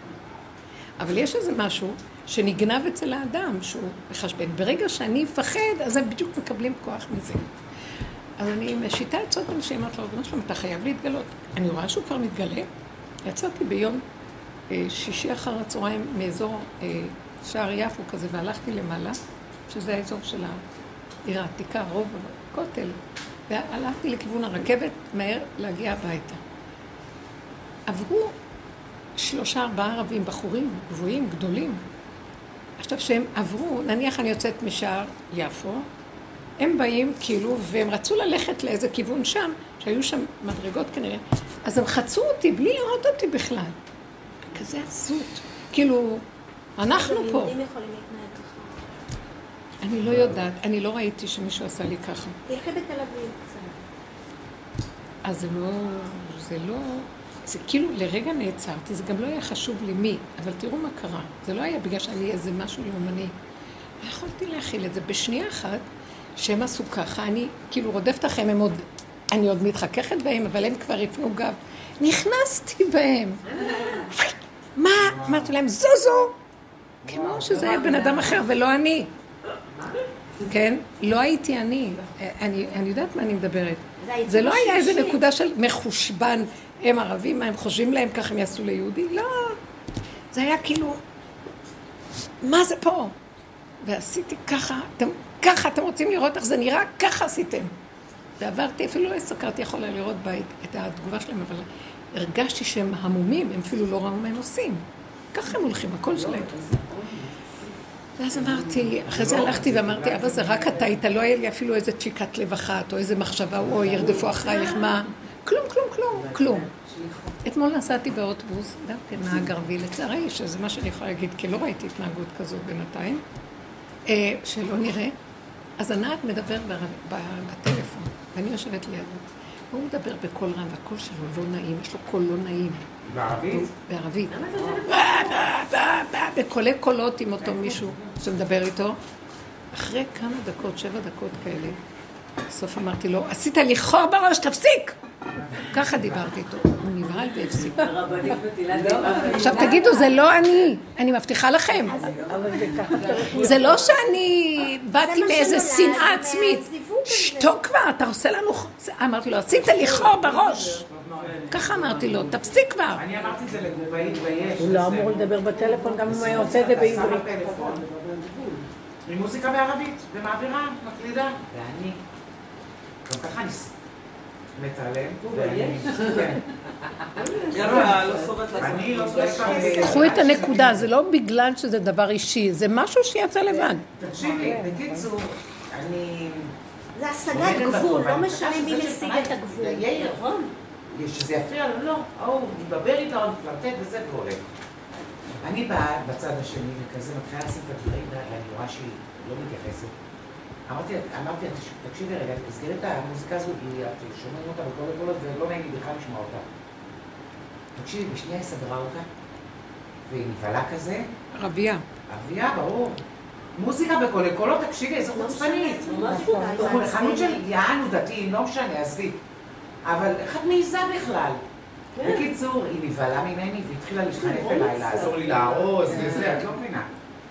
אבל יש איזה משהו שנגנב אצל האדם, שהוא מחשבן. ברגע שאני אפחד, אז הם בדיוק מקבלים כוח מזה. אז אני משיטה עצות אנשים, אמרת לו, בנו שלום, אתה חייב להתגלות. אני רואה שהוא כבר מתגלה. יצאתי ביום אה, שישי אחר הצהריים מאזור אה, שער יפו כזה, והלכתי למעלה, שזה האזור של העיר העתיקה, רוב הכותל, והלכתי לכיוון הרכבת, מהר להגיע הביתה. עברו שלושה, ארבעה ערבים, בחורים, גבוהים, גדולים. עכשיו שהם עברו, נניח אני יוצאת משער יפו, הם באים כאילו, והם רצו ללכת לאיזה כיוון שם, שהיו שם מדרגות כנראה, אז הם חצו אותי בלי לראות אותי בכלל. כזה עזות. כאילו, אנחנו פה. יהודים יכולים להתנהג ככה. אני לא יודעת, אני לא ראיתי שמישהו עשה לי ככה. תלכי בתל אביב קצת. אז זה לא, זה לא, זה כאילו לרגע נעצרתי, זה גם לא היה חשוב לי מי, אבל תראו מה קרה. זה לא היה בגלל שאני איזה משהו לאומני. לא יכולתי להכיל את זה. בשנייה אחת, שהם עשו ככה, אני כאילו רודפת אחריהם, הם עוד, אני עוד מתחככת בהם, אבל הם כבר הפנו גב. נכנסתי בהם. מה? אמרתי להם, זוזו! כמו שזה היה בן אדם אחר ולא אני. כן? לא הייתי אני. אני, אני יודעת מה אני מדברת. זה לא היה איזה נקודה של מחושבן, הם ערבים, מה הם חושבים להם, ככה הם יעשו ליהודי? לא. זה היה כאילו, מה זה פה? ועשיתי ככה, אתם, ככה אתם רוצים לראות איך זה נראה? ככה עשיתם. ועברתי, אפילו לא הסתכלתי, יכולה לראות בית, את התגובה שלהם, אבל הרגשתי שהם המומים, הם אפילו לא ראו מה הם עושים. ככה הם הולכים, הכל שלהם. ואז אמרתי, אחרי זה הלכתי ואמרתי, אבא זה רק אתה איתה, לא היה לי אפילו איזה דפיקת לב אחת, או איזה מחשבה, או ירדפו אחרייך, מה? כלום, כלום, כלום, כלום. אתמול נסעתי באוטובוס, דווקא נהג ערבי, לצערי, שזה מה שאני יכולה להגיד, כי לא ראיתי התנהגות כזאת בינתיים, שלא נראה. אז הנהג מדבר בטלפון, ואני יושבת לידו. הוא מדבר בקול רם, והקול שלו לא נעים, יש לו קול לא נעים. בערבית? בערבית. בקולי קולות עם אותו מישהו שמדבר איתו. אחרי כמה דקות, שבע דקות כאלה, בסוף אמרתי לו, עשית לי חור בראש, תפסיק! ככה דיברתי איתו, הוא נבהל והפסיק. הרבנית מטילה דיבה. עכשיו תגידו, זה לא אני, אני מבטיחה לכם. זה לא שאני באתי מאיזה שנאה עצמית. שתוק כבר, אתה עושה לנו... אמרתי לו, עשית לי חור בראש. ככה אמרתי לו, תפסיק כבר. אני אמרתי את זה לגבי להתבייש. הוא לא אמור לדבר בטלפון גם אם הוא היה עושה את זה בעברית. עם מוזיקה בערבית, ומעבירה, מקלידה. ואני, גם ככה אני מתעלם, ואני, כן. יאללה, לא סובבת לך. אני לא סובבת. קחו את הנקודה, זה לא בגלל שזה דבר אישי, זה משהו שיצא לבד. תקשיבי, בקיצור, אני... זה השגת גבול, לא משנה מי משיג את הגבול. יאיר, נכון? שזה יפריע לו, לא, הוא מדבר איתו, הוא מפלרטט וזה והולך. אני באה בצד השני וכזה מתחילה לשים את הדברים, ואני רואה שהיא לא מתייחסת. אמרתי, אמרתי, תקשיבי רגע, תסגרי את המוזיקה הזו, את שומעים אותה בכל הקולות ולא נעים לי בכלל לשמוע אותה. תקשיבי, בשנייה היא סגרה אותה, והיא נבהלה כזה. רבייה. רבייה, ברור. מוזיקה בכל הקולות, תקשיבי, איזו חוצפנית. חנות של יענו דתיים, לא משנה, עזבי. אבל איך את מעיזה בכלל? בקיצור, היא נבהלה ממני והתחילה להשתנף אליי, לעזור לי לארוז וזה, את לא מבינה.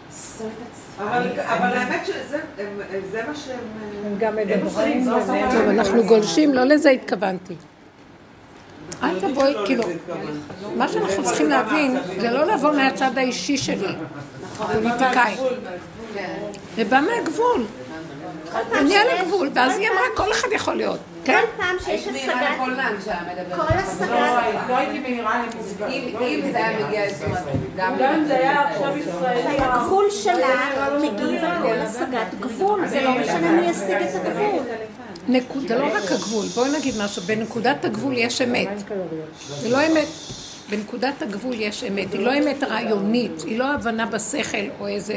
אבל האמת שזה מה שהם... הם גם מדברים. טוב, אנחנו גולשים, לא לזה התכוונתי. אל תבואי, כאילו, מה שאנחנו צריכים להבין, זה לא לבוא מהצד האישי שלי, פוליטיקאי. זה בא מהגבול. אני על הגבול, ואז היא אמרה, כל אחד יכול להיות. כל פעם שיש השגת... כל השגת... לא הייתי מהירה למוזיקה. אם זה היה מגיע לסומת, גם אם זה היה עכשיו ישראל. הגבול שלה מגיב על כל השגת גבול, זה לא משנה מי ישיג את הגבול. זה לא רק הגבול, בואי נגיד משהו, בנקודת הגבול יש אמת. זה לא אמת, בנקודת הגבול יש אמת, היא לא אמת רעיונית, היא לא הבנה בשכל או איזה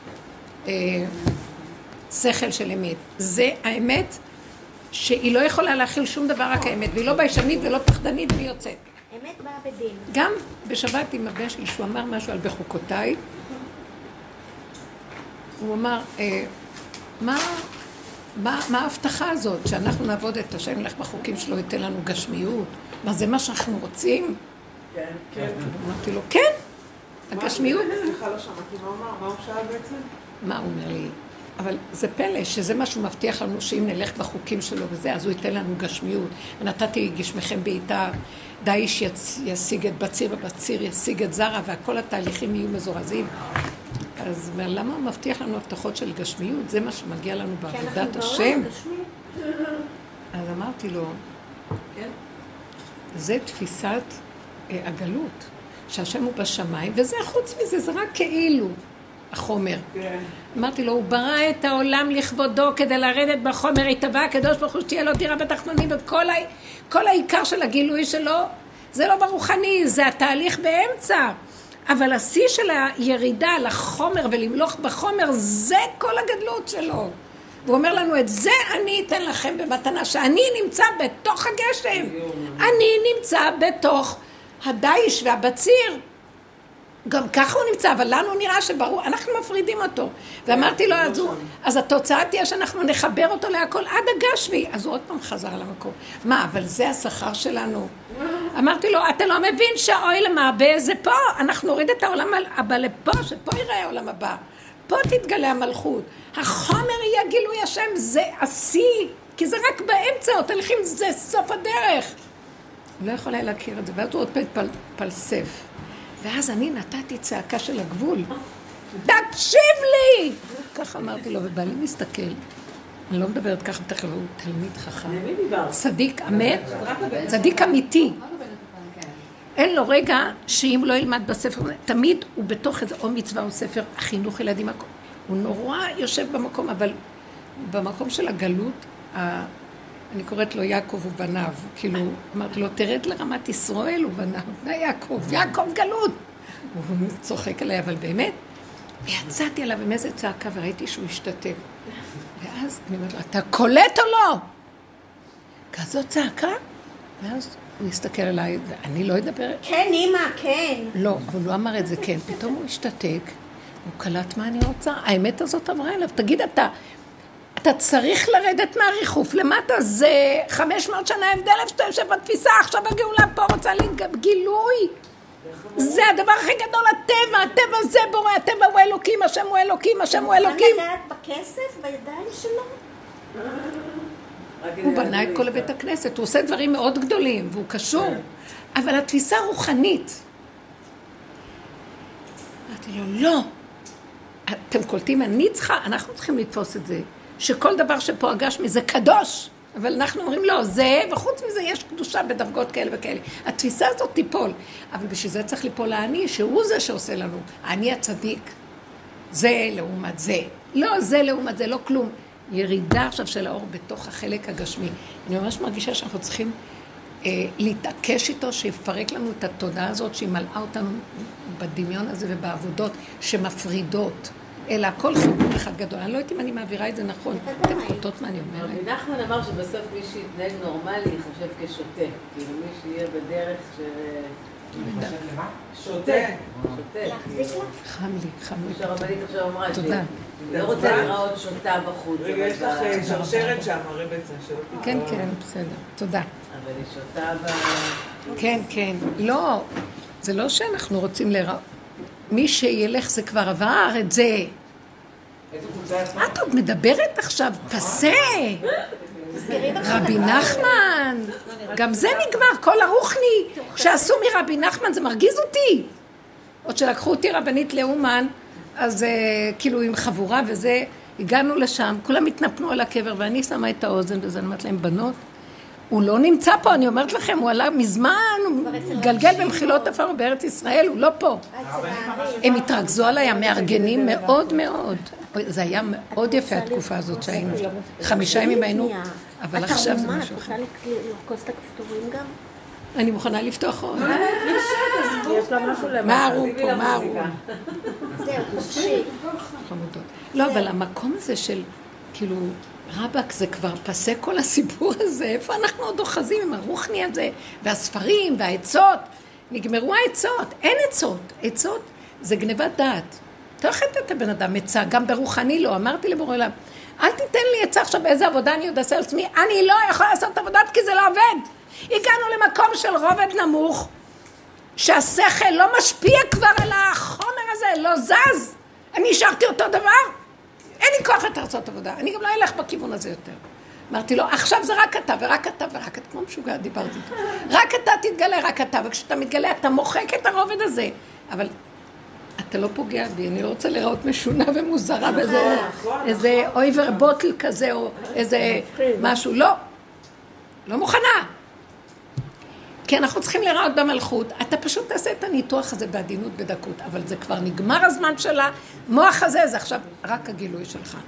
שכל של אמת. זה האמת שהיא לא יכולה להכיל שום דבר רק האמת, והיא לא ביישנית ולא פחדנית והיא יוצאת. אמת באה בדין. גם בשבת עם הבן שלי, שהוא אמר משהו על בחוקותיי, הוא אמר, מה... מה, מה ההבטחה הזאת? שאנחנו נעבוד את השם, נלך בחוקים שלו, ייתן לנו גשמיות? מה, זה מה שאנחנו רוצים? כן, כן. אמרתי לו, כן, הגשמיות. סליחה, לא שמעתי, מה הוא אמר? מה הוא שאל בעצם? מה הוא אומר לי? אבל זה פלא, שזה מה שהוא מבטיח לנו, שאם נלך בחוקים שלו וזה, אז הוא ייתן לנו גשמיות. ונתתי גשמכם בעיטה, דאיש ישיג את בציר, ובציר ישיג את זרע, וכל התהליכים יהיו מזורזים. אז למה הוא מבטיח לנו הבטחות של גשמיות? זה מה שמגיע לנו בעבודת השם. אז אמרתי לו, זה תפיסת הגלות, שהשם הוא בשמיים, וזה חוץ מזה, זה רק כאילו החומר. אמרתי לו, הוא ברא את העולם לכבודו כדי לרדת בחומר, יתבע הקדוש ברוך הוא שתהיה לו דירה בתחתונים, וכל העיקר של הגילוי שלו, זה לא ברוחני, זה התהליך באמצע. אבל השיא של הירידה לחומר ולמלוך בחומר, זה כל הגדלות שלו. הוא אומר לנו, את זה אני אתן לכם במתנה, שאני נמצא בתוך הגשם. אני נמצא בתוך הדייש והבציר. גם ככה הוא נמצא, אבל לנו נראה שברור, אנחנו מפרידים אותו. ואמרתי לו, אז, הוא, אז התוצאה תהיה שאנחנו נחבר אותו להכל עד הגשמי. אז הוא עוד פעם חזר למקום. מה, אבל זה השכר שלנו? אמרתי לו, אתה לא מבין שהאוהל המעבה זה פה, אנחנו נוריד את העולם הבא לפה, שפה יראה העולם הבא. פה תתגלה המלכות. החומר יהיה גילוי השם, זה השיא, כי זה רק באמצע, התהליכים זה סוף הדרך. הוא לא יכול היה להכיר את זה, ואז הוא עוד פעם פל, פלסף. ואז אני נתתי צעקה של הגבול. תקשיב לי! ככה אמרתי לו, ובעלי מסתכל. אני לא מדברת ככה, בטח הוא תלמיד חכם. צדיק אמת, צדיק אמיתי. אין לו רגע שאם לא ילמד בספר, תמיד הוא בתוך איזה או מצווה או ספר, החינוך ילדים, הוא נורא יושב במקום, אבל במקום של הגלות, אני קוראת לו יעקב ובניו, כאילו, אמרתי לו, תרד לרמת ישראל ובניו, זה יעקב, יעקב גלות. הוא צוחק עליי, אבל באמת, ויצאתי עליו עם איזה צעקה וראיתי שהוא השתתף. ואז אני אומרת לו, אתה קולט או לא? כזאת צעקה? ואז הוא הסתכל עליי, אני לא אדבר... כן, אמא, כן. לא, אבל הוא אמר את זה כן. פתאום הוא השתתק, הוא קלט מה אני רוצה. האמת הזאת עברה אליו. תגיד, אתה, אתה צריך לרדת מהריחוף למטה, זה חמש מאות שנה הבדל שאתה יושב בתפיסה, עכשיו הגאולה פה רוצה להתגילוי. זה הדבר הכי גדול, הטבע, הטבע זה בורא, הטבע הוא אלוקים, השם הוא אלוקים, השם הוא אלוקים. הוא בא לגעת בכסף בידיים שלו? הוא בנה את כל בית הכנסת, הוא עושה דברים מאוד גדולים, והוא קשור, אבל התפיסה רוחנית. אמרתי לו, לא. אתם קולטים, אני צריכה, אנחנו צריכים לתפוס את זה, שכל דבר שפה הגשמי זה קדוש, אבל אנחנו אומרים לא, זה, וחוץ מזה יש קדושה בדרגות כאלה וכאלה. התפיסה הזאת תיפול, אבל בשביל זה צריך ליפול העני, שהוא זה שעושה לנו, העני הצדיק. זה לעומת זה. לא זה לעומת זה, לא כלום. ירידה עכשיו של האור בתוך החלק הגשמי. אני ממש מרגישה שאנחנו צריכים אה, להתעקש איתו, שיפרק לנו את התודעה הזאת, שהיא מלאה אותנו בדמיון הזה ובעבודות שמפרידות. אלא הכל חיבור אחד גדול. אני לא יודעת אם אני מעבירה את זה נכון. אתם קוטות מה אני אומרת. רבי נחמן אמר שבסוף מי שיתנהג נורמלי יחשב כשוטה. כאילו מי שיהיה בדרך ש... שוטה. שוטה. להחזיק לה? חם לי, חם לי. שהרבנית עכשיו אמרה תודה. לא רוצה לראות שוטה בחוץ. רגע, יש לך שרשרת שם, הרבצה שלא כן, כן, בסדר. תודה. אבל היא שוטה ב... כן, כן. לא, זה לא שאנחנו רוצים לראות. מי שילך זה כבר עבר את זה. איזה קבוצה עצמה? את עוד מדברת עכשיו, פסה. רבי נחמן. גם זה נגמר, כל הרוחני שעשו מרבי נחמן, זה מרגיז אותי. עוד שלקחו אותי רבנית לאומן, אז uh, כאילו עם חבורה וזה, הגענו לשם, כולם התנפנו על הקבר, ואני שמה את האוזן וזה, אני אומרת להם, בנות, הוא לא נמצא פה, אני אומרת לכם, הוא עלה מזמן, הוא גלגל במחילות עפר בארץ ישראל, הוא לא פה. הם התרכזו עליי, המארגנים מאוד מאוד. זה היה מאוד יפה התקופה הזאת שהיינו, חמישה ימים היינו, אבל עכשיו זה משהו אחר. את רוצה לרכוס את הכפתורים גם? אני מוכנה לפתוח עוד. יש לה משהו למעלה. מה הרו פה, מה הרו? זהו, תשאי. חמודות. לא, אבל המקום הזה של, כאילו, רבק זה כבר פסה כל הסיפור הזה, איפה אנחנו עוד אוחזים עם הרוחני הזה, והספרים והעצות, נגמרו העצות, אין עצות, עצות זה גנבת דעת. אתה לא יכול לתת את הבן אדם עצה, גם ברוחני לא, אמרתי לבורא עולם, אל תיתן לי עצה עכשיו באיזה עבודה אני עוד אעשה על עצמי, אני לא יכולה לעשות עבודת כי זה לא עובד. הגענו למקום של רובד נמוך, שהשכל לא משפיע כבר על החומר הזה, לא זז, אני השארתי אותו דבר, אין לי כוח יותר לעשות עבודה, אני גם לא אלך בכיוון הזה יותר. אמרתי לו, עכשיו זה רק אתה ורק אתה ורק אתה, כמו משוגע דיברתי איתו, רק אתה תתגלה, רק אתה, וכשאתה מתגלה אתה מוחק את הרובד הזה, אבל אתה לא פוגע בי, אני לא רוצה לראות משונה ומוזרה באיזה איזה אויבר בוטל כזה או איזה משהו, לא, לא מוכנה. כי אנחנו צריכים לראות במלכות, אתה פשוט תעשה את הניתוח הזה בעדינות בדקות, אבל זה כבר נגמר הזמן שלה, מוח הזה זה עכשיו רק הגילוי שלך.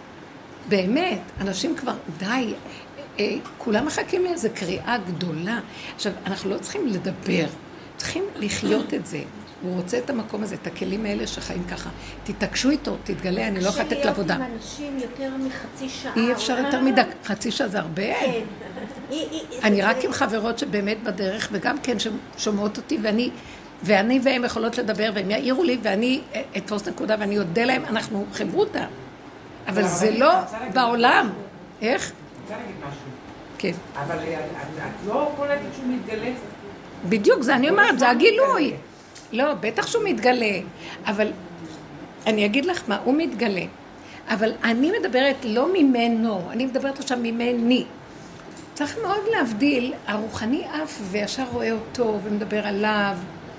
באמת, אנשים כבר די, אה, כולם מחכים לאיזו קריאה גדולה. עכשיו, אנחנו לא צריכים לדבר, צריכים לחיות את זה. הוא רוצה את המקום הזה, את הכלים האלה שחיים ככה. תתעקשו איתו, תתגלה, אני לא יכולה לתת לעבודה. קשה להיות עם אנשים יותר מחצי שעה. אי אפשר יותר מדק, חצי שעה זה הרבה. כן. אני רק עם חברות שבאמת בדרך, וגם כן שומעות אותי, ואני, ואני והם יכולות לדבר, והם יעירו לי, ואני אתפוס נקודה, ואני יודע להם, אנחנו חברותה. אבל זה לא בעולם. איך? אני רוצה להגיד משהו. כן. אבל את לא קולטת שהוא מתגלה. בדיוק, זה אני אומרת, זה הגילוי. לא, בטח שהוא מתגלה, אבל אני אגיד לך מה, הוא מתגלה, אבל אני מדברת לא ממנו, אני מדברת עכשיו ממני. צריך מאוד להבדיל, הרוחני אף וישר רואה אותו ומדבר עליו,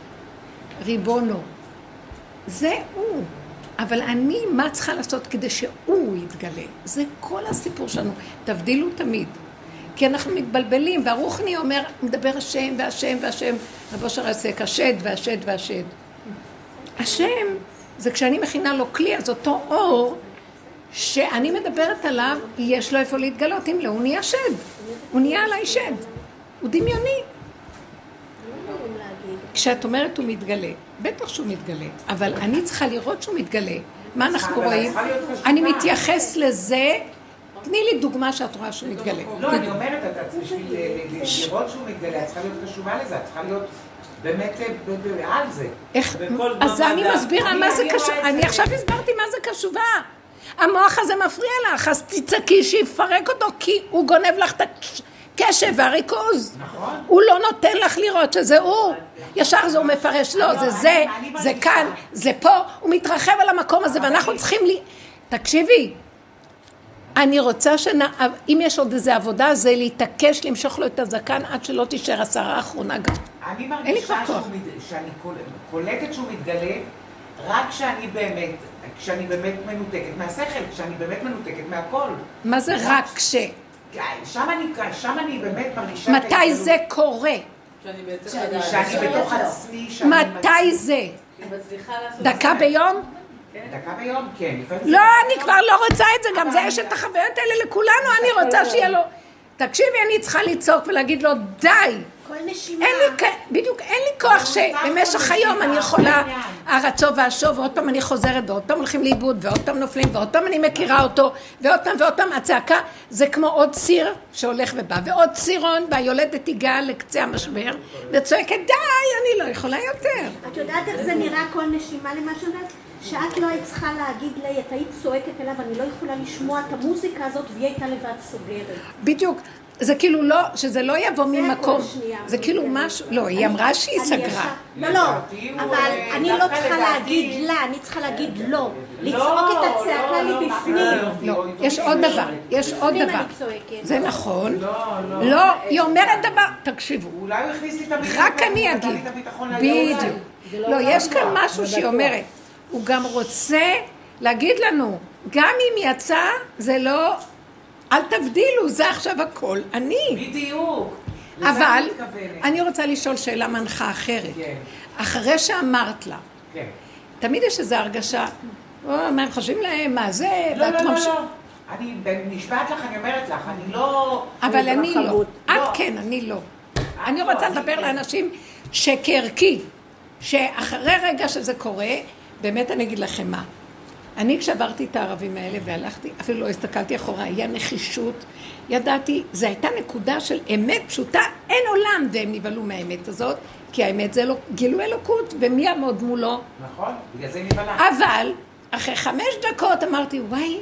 ריבונו. זה הוא, אבל אני מה צריכה לעשות כדי שהוא יתגלה? זה כל הסיפור שלנו, תבדילו תמיד. כי אנחנו מתבלבלים, והרוחני אומר, מדבר השם והשם והשם, רבו שר עסק, השד והשד והשד. השם, זה כשאני מכינה לו כלי, אז אותו אור, שאני מדברת עליו, יש לו איפה להתגלות, אם לא, הוא נהיה שד. הוא נהיה עליי שד. הוא דמיוני. כשאת אומרת הוא מתגלה, בטח שהוא מתגלה, אבל אני צריכה לראות שהוא מתגלה. מה אנחנו רואים? אני מתייחס לזה, תני לי דוגמה שאת רואה שהוא מתגלה. לא, אני אומרת, בשביל לראות שהוא מתגלה, את צריכה להיות קשובה לזה, את צריכה להיות באמת על זה. איך? אז אני מסבירה מה זה קשוב, אני עכשיו הסברתי מה זה קשובה. המוח הזה מפריע לך, אז תצעקי שיפרק אותו, כי הוא גונב לך את הקשב והריכוז. נכון. הוא לא נותן לך לראות שזה הוא. ישר זה הוא מפרש, לא, זה זה, זה כאן, זה פה, הוא מתרחב על המקום הזה, ואנחנו צריכים לי... תקשיבי, אני רוצה שאם יש עוד איזו עבודה, זה להתעקש, למשוך לו את הזקן עד שלא תישאר השרה האחרונה גם. אני מרגישה שאני קולטת שהוא מתגלה רק כשאני באמת, כשאני באמת מנותקת מהשכל, כשאני באמת מנותקת מהכל. מה זה רק כש? שם אני באמת מרגישה... מתי זה קורה? שאני בתוך עצמי... מתי זה? דקה ביום? דקה ביום, כן. לא, אני כבר לא רוצה את זה, גם זה יש את החוויות האלה לכולנו, אני רוצה שיהיה לו... תקשיבי, אני צריכה לצעוק ולהגיד לו, די! כל נשימה. בדיוק, אין לי כוח שבמשך היום אני יכולה הרצו והשוב, ועוד פעם אני חוזרת, ועוד פעם הולכים לאיבוד, ועוד פעם נופלים, ועוד פעם אני מכירה אותו, ועוד פעם ועוד פעם הצעקה, זה כמו עוד ציר שהולך ובא, ועוד צירון, והיולדת תיגע לקצה המשבר, וצועקת, די, אני לא יכולה יותר. את יודעת איך זה נראה כל נשימה למה שאומרת? שאת לא היית צריכה להגיד לי, את היית צועקת אליו, אני לא יכולה לשמוע את המוזיקה הזאת, והיא הייתה לבד סוגרת. בדיוק. זה כאילו לא, שזה לא יבוא ממקום, זה כאילו משהו, לא, היא אמרה שהיא סגרה. לא, לא, אבל אני לא צריכה להגיד לה, אני צריכה להגיד לא, לצעוק את הצעקה לי בפנים. לא, יש עוד דבר, יש עוד דבר. זה נכון. לא, היא אומרת דבר, תקשיבו. אולי הוא הכניס לי את הביטחון. רק אני אגיד. בדיוק. לא, יש כאן משהו שהיא אומרת. הוא גם רוצה להגיד לנו, גם אם יצא, זה לא... אל תבדילו, זה עכשיו הכל, אני. בדיוק. אבל אני רוצה לשאול שאלה מנחה אחרת. כן. אחרי שאמרת לה, כן. תמיד יש איזו הרגשה, או, מה הם חושבים להם, מה זה, לא, ואת לא, לא, ממש... לא. אני נשבעת לך, אני אומרת לך, אני לא... אבל אני לא. לא. את כן, אני לא. אני רוצה לדבר לאנשים שכערכי, שאחרי רגע שזה קורה, באמת אני אגיד לכם מה. אני כשעברתי את הערבים האלה והלכתי, אפילו לא הסתכלתי אחורה, היה נחישות, ידעתי, זו הייתה נקודה של אמת פשוטה, אין עולם, והם נבהלו מהאמת הזאת, כי האמת זה לא, גילו אלוקות, ומי יעמוד מולו? נכון, בגלל זה נבהלה. אבל, אחרי חמש דקות אמרתי, וואי,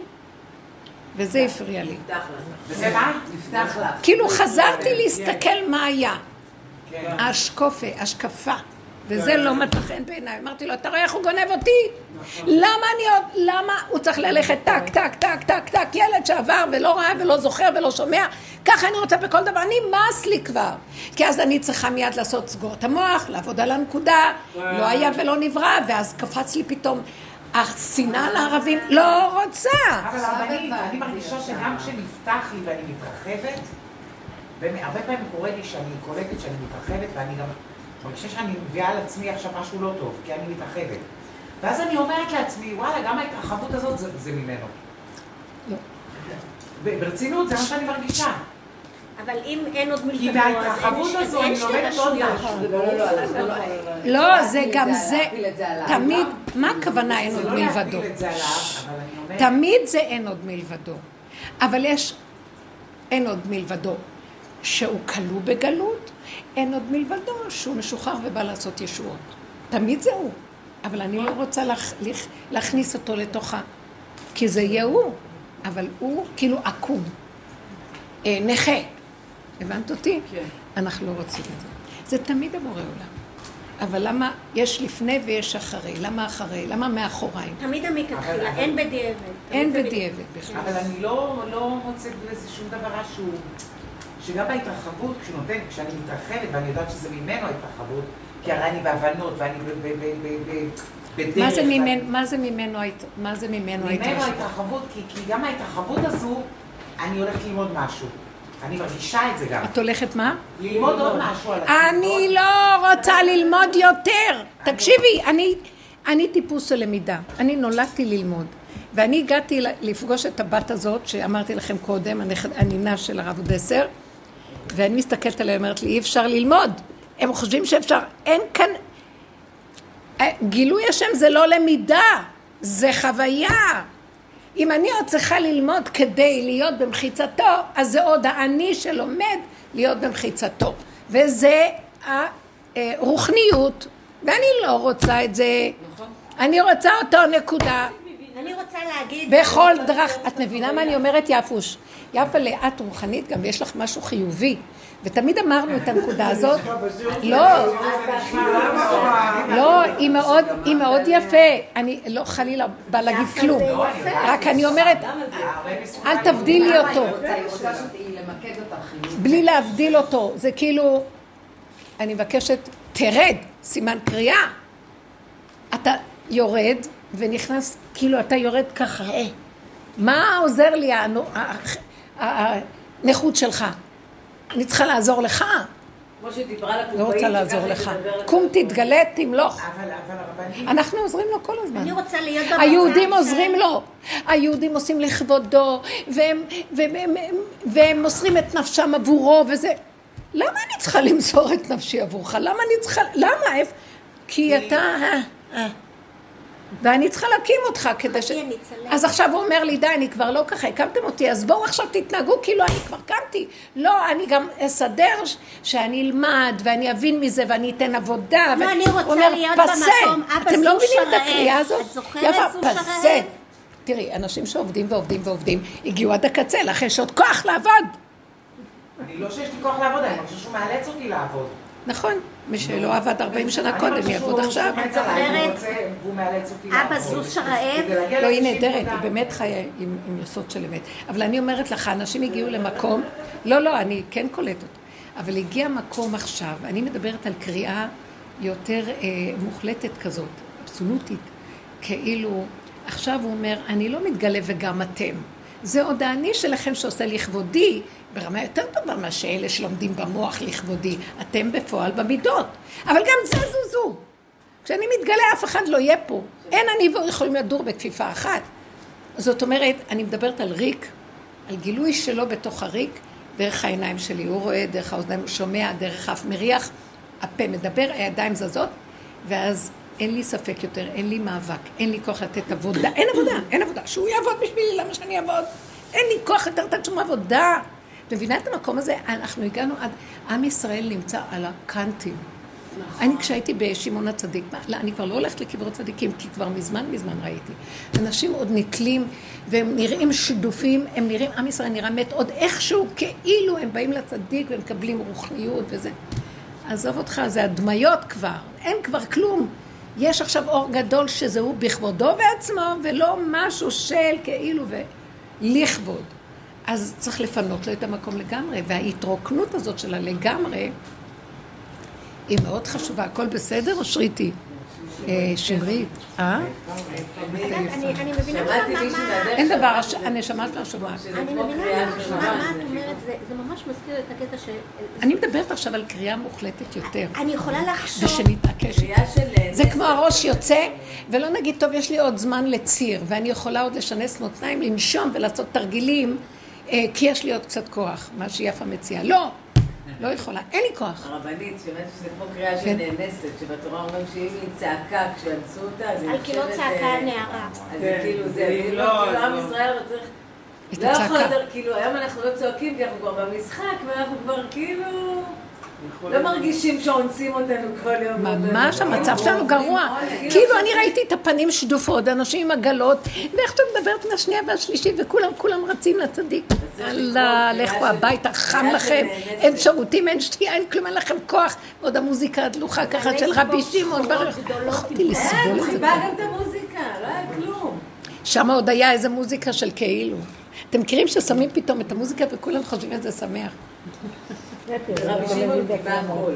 וזה הפריע לי. נפתח לך. וזה מה? נפתח לך. כאילו חזרתי להסתכל מה היה. כן. השקופה, השקפה. וזה לא מצא חן בעיניי. אמרתי לו, אתה רואה איך הוא גונב אותי? למה אני עוד, למה הוא צריך ללכת טק, טק, טק, טק, טק, ילד שעבר ולא ראה ולא זוכר ולא שומע, ככה אני רוצה בכל דבר, אני מס לי כבר. כי אז אני צריכה מיד לעשות סגור את המוח, לעבוד על הנקודה, לא היה ולא נברא, ואז קפץ לי פתאום, השנאה לערבים, לא רוצה. אבל אני, אני מרגישה שגם כשנפתח לי ואני מתרחבת, והרבה פעמים קורה לי שאני קולטת שאני מתרחבת, ואני גם מרגישה שאני מביאה על עצמי עכשיו משהו לא טוב, כי אני מתרחבת. ואז אני אומרת לעצמי, וואלה, גם ההתרחבות הזאת זה, זה ממנו. לא. ברצינות, זה מה שאני מרגישה. אבל אם אין עוד מלחמות, כי בהתרחבות הזו אני לומדת עוד משהו. לא, זה גם זה, תמיד, מה הכוונה אין עוד זה לא מלבדו? להפיל את זה עליו, אבל אני אומרת... תמיד זה אין עוד מלבדו. אבל יש, אין עוד מלבדו שהוא כלוא בגלות, אין עוד מלבדו שהוא משוחרר ובא לעשות ישועות. תמיד זה הוא. אבל אני לא רוצה להכ... להכניס אותו לתוכה, כי זה יהיה הוא, אבל הוא כאילו עקום, אה, נכה. הבנת אותי? כן. אנחנו לא רוצים את זה. זה תמיד הבורא עולם. אבל למה יש לפני ויש אחרי? למה אחרי? למה מאחוריים? תמיד המתחילה, אין בדיעבד. אין בדיעבד בכלל. אבל אני לא, לא מוצאת בזה שום דבר שהוא... שגם בהתרחבות, כשנותן, כשאני מתרחבת ואני יודעת שזה ממנו ההתרחבות, כי הרי אני בהבנות ואני בדרך... מה זה ממנו, מה זה ממנו, מה זה ממנו ההתרחבות? ממנו ההתרחבות, כי גם ההתרחבות הזו, אני הולכת ללמוד משהו. אני מרגישה את זה גם. את הולכת מה? ללמוד עוד משהו על עצמי. אני לא רוצה ללמוד יותר. תקשיבי, אני, אני טיפוס של למידה. אני נולדתי ללמוד. ואני הגעתי לפגוש את הבת הזאת, שאמרתי לכם קודם, הנינה של הרב דסר, ואני מסתכלת עליה, אומרת לי, אי אפשר ללמוד. הם חושבים שאפשר, אין כאן... גילוי השם זה לא למידה, זה חוויה. אם אני עוד צריכה ללמוד כדי להיות במחיצתו, אז זה עוד האני שלומד להיות במחיצתו. וזה הרוחניות, ואני לא רוצה את זה. אני רוצה אותו נקודה. אני רוצה להגיד... בכל דרך, את מבינה מה אני אומרת, יפוש? יפה לאט רוחנית, גם יש לך משהו חיובי. ותמיד אמרנו את הנקודה הזאת. לא, לא, היא מאוד, היא מאוד יפה. אני לא חלילה בא להגיד כלום. רק אני אומרת, אל תבדילי אותו. בלי להבדיל אותו. זה כאילו, אני מבקשת, תרד, סימן קריאה. אתה יורד ונכנס, כאילו אתה יורד ככה. מה עוזר לי הנכות שלך? אני צריכה לעזור לך. כמו שדיברה לקופאית. לא רוצה לעזור לך. קום תתגלה, תמלוך. אבל הרבנים... אנחנו עוזרים לו כל הזמן. אני רוצה להיות במצב... היהודים עוזרים לו. היהודים עושים לכבודו, והם מוסרים את נפשם עבורו, וזה... למה אני צריכה למסור את נפשי עבורך? למה אני צריכה... למה? כי אתה... ואני צריכה להקים אותך כדי ש... אז עכשיו הוא אומר לי, די, אני כבר לא ככה, הקמתם אותי, אז בואו עכשיו תתנהגו כאילו אני כבר קמתי. לא, אני גם אסדר שאני אלמד, ואני אבין מזה, ואני אתן עבודה. לא, אני רוצה להיות במקום, אבא אתם לא זו מבינים את שרעב. הקריאה הזאת? את זוכרת זו פסה. שרעב? תראי, אנשים שעובדים ועובדים ועובדים, הגיעו עד הקצה, לכן יש עוד כוח לעבוד. אני לא שיש לי כוח לעבוד, אני חושב שהוא מאלץ אותי לעבוד. נכון, מי שלא עבד ארבעים שנה קודם, יעבוד עכשיו. והוא מאלץ אותי אבא לעבוד. זו שרעב. לא, היא נהדרת, היא באמת חיה עם, עם יסוד של אמת. אבל אני אומרת לך, אנשים הגיעו למקום, לא, לא, אני כן קולט אותו, אבל הגיע מקום עכשיו, אני מדברת על קריאה יותר אה, מוחלטת כזאת, אבסולוטית, כאילו, עכשיו הוא אומר, אני לא מתגלה וגם אתם. זה עוד האני שלכם שעושה לכבודי, ברמה יותר טובה מה שאלה שלומדים במוח לכבודי, אתם בפועל במידות. אבל גם זה זו זו. כשאני מתגלה אף אחד לא יהיה פה. אין אני והוא יכולים לדור בכפיפה אחת. זאת אומרת, אני מדברת על ריק, על גילוי שלו בתוך הריק, דרך העיניים שלי. הוא רואה דרך האוזניים, הוא שומע דרך אף מריח, הפה מדבר, הידיים זזות, ואז אין לי ספק יותר, אין לי מאבק, אין לי כוח לתת עבודה, אין עבודה, אין עבודה. שהוא יעבוד בשבילי, למה שאני אעבוד? אין לי כוח יותר לתת שום עבודה. מבינה את המקום הזה? אנחנו הגענו עד... עם ישראל נמצא על הקנטים. אני כשהייתי בשמעון הצדיק, לא, אני כבר לא הולכת לקברות צדיקים, כי כבר מזמן מזמן ראיתי. אנשים עוד נתלים, והם נראים שדופים, הם נראים, עם ישראל נראה מת עוד איכשהו, כאילו הם באים לצדיק והם מקבלים רוחניות וזה. עזוב אותך, זה הדמיות כבר, אין כבר כלום. יש עכשיו אור גדול שזהו בכבודו בעצמו, ולא משהו של כאילו ולכבוד. אז צריך לפנות לו את המקום לגמרי, וההתרוקנות הזאת שלה לגמרי, היא מאוד חשובה. הכל בסדר או שריתי? שמרית? אה? אני מבינה מה... אין דבר, אני שמעת לה שומעת. אני מבינה מה את אומרת, זה ממש מזכיר את הקטע ש... אני מדברת עכשיו על קריאה מוחלטת יותר. אני יכולה לחשוב... ושנתעקש. זה כמו הראש יוצא, ולא נגיד, טוב, יש לי עוד זמן לציר, ואני יכולה עוד לשנס מותניים, לנשום ולעשות תרגילים, כי יש לי עוד קצת כוח, מה שיפה מציעה. לא! לא יכולה, אין לי כוח. הרבנית, שאומרת שזה כמו קריאה שנאנסת, שבתורה אומרים שאם היא צעקה כשאנסו אותה, אז היא על כאילו צעקה הנערה. אז זה כאילו זה, כאילו עם ישראל לא צריך... לא יכול יותר, כאילו היום אנחנו לא צועקים כי אנחנו כבר במשחק, ואנחנו כבר כאילו... לא מרגישים שאונסים אותנו כל יום. ממש, המצב שלנו גרוע. כאילו אני ראיתי את הפנים שדופות, אנשים עם עגלות, ואיך אתה מדברת מהשנייה והשלישית, וכולם כולם רצים לצדיק. אללה, לכו הביתה, חם לכם, אין שירותים, אין שתייה, אין כלום, אין לכם כוח. ועוד המוזיקה הדלוחה ככה של רבי שמעון ברוך. לא יכולתי לסבול את זה. חיבה גם את המוזיקה, לא היה כלום. שם עוד היה איזה מוזיקה של כאילו. אתם מכירים ששמים פתאום את המוזיקה וכולם חושבים את זה שמח. רבי שמעון קיבל הכל.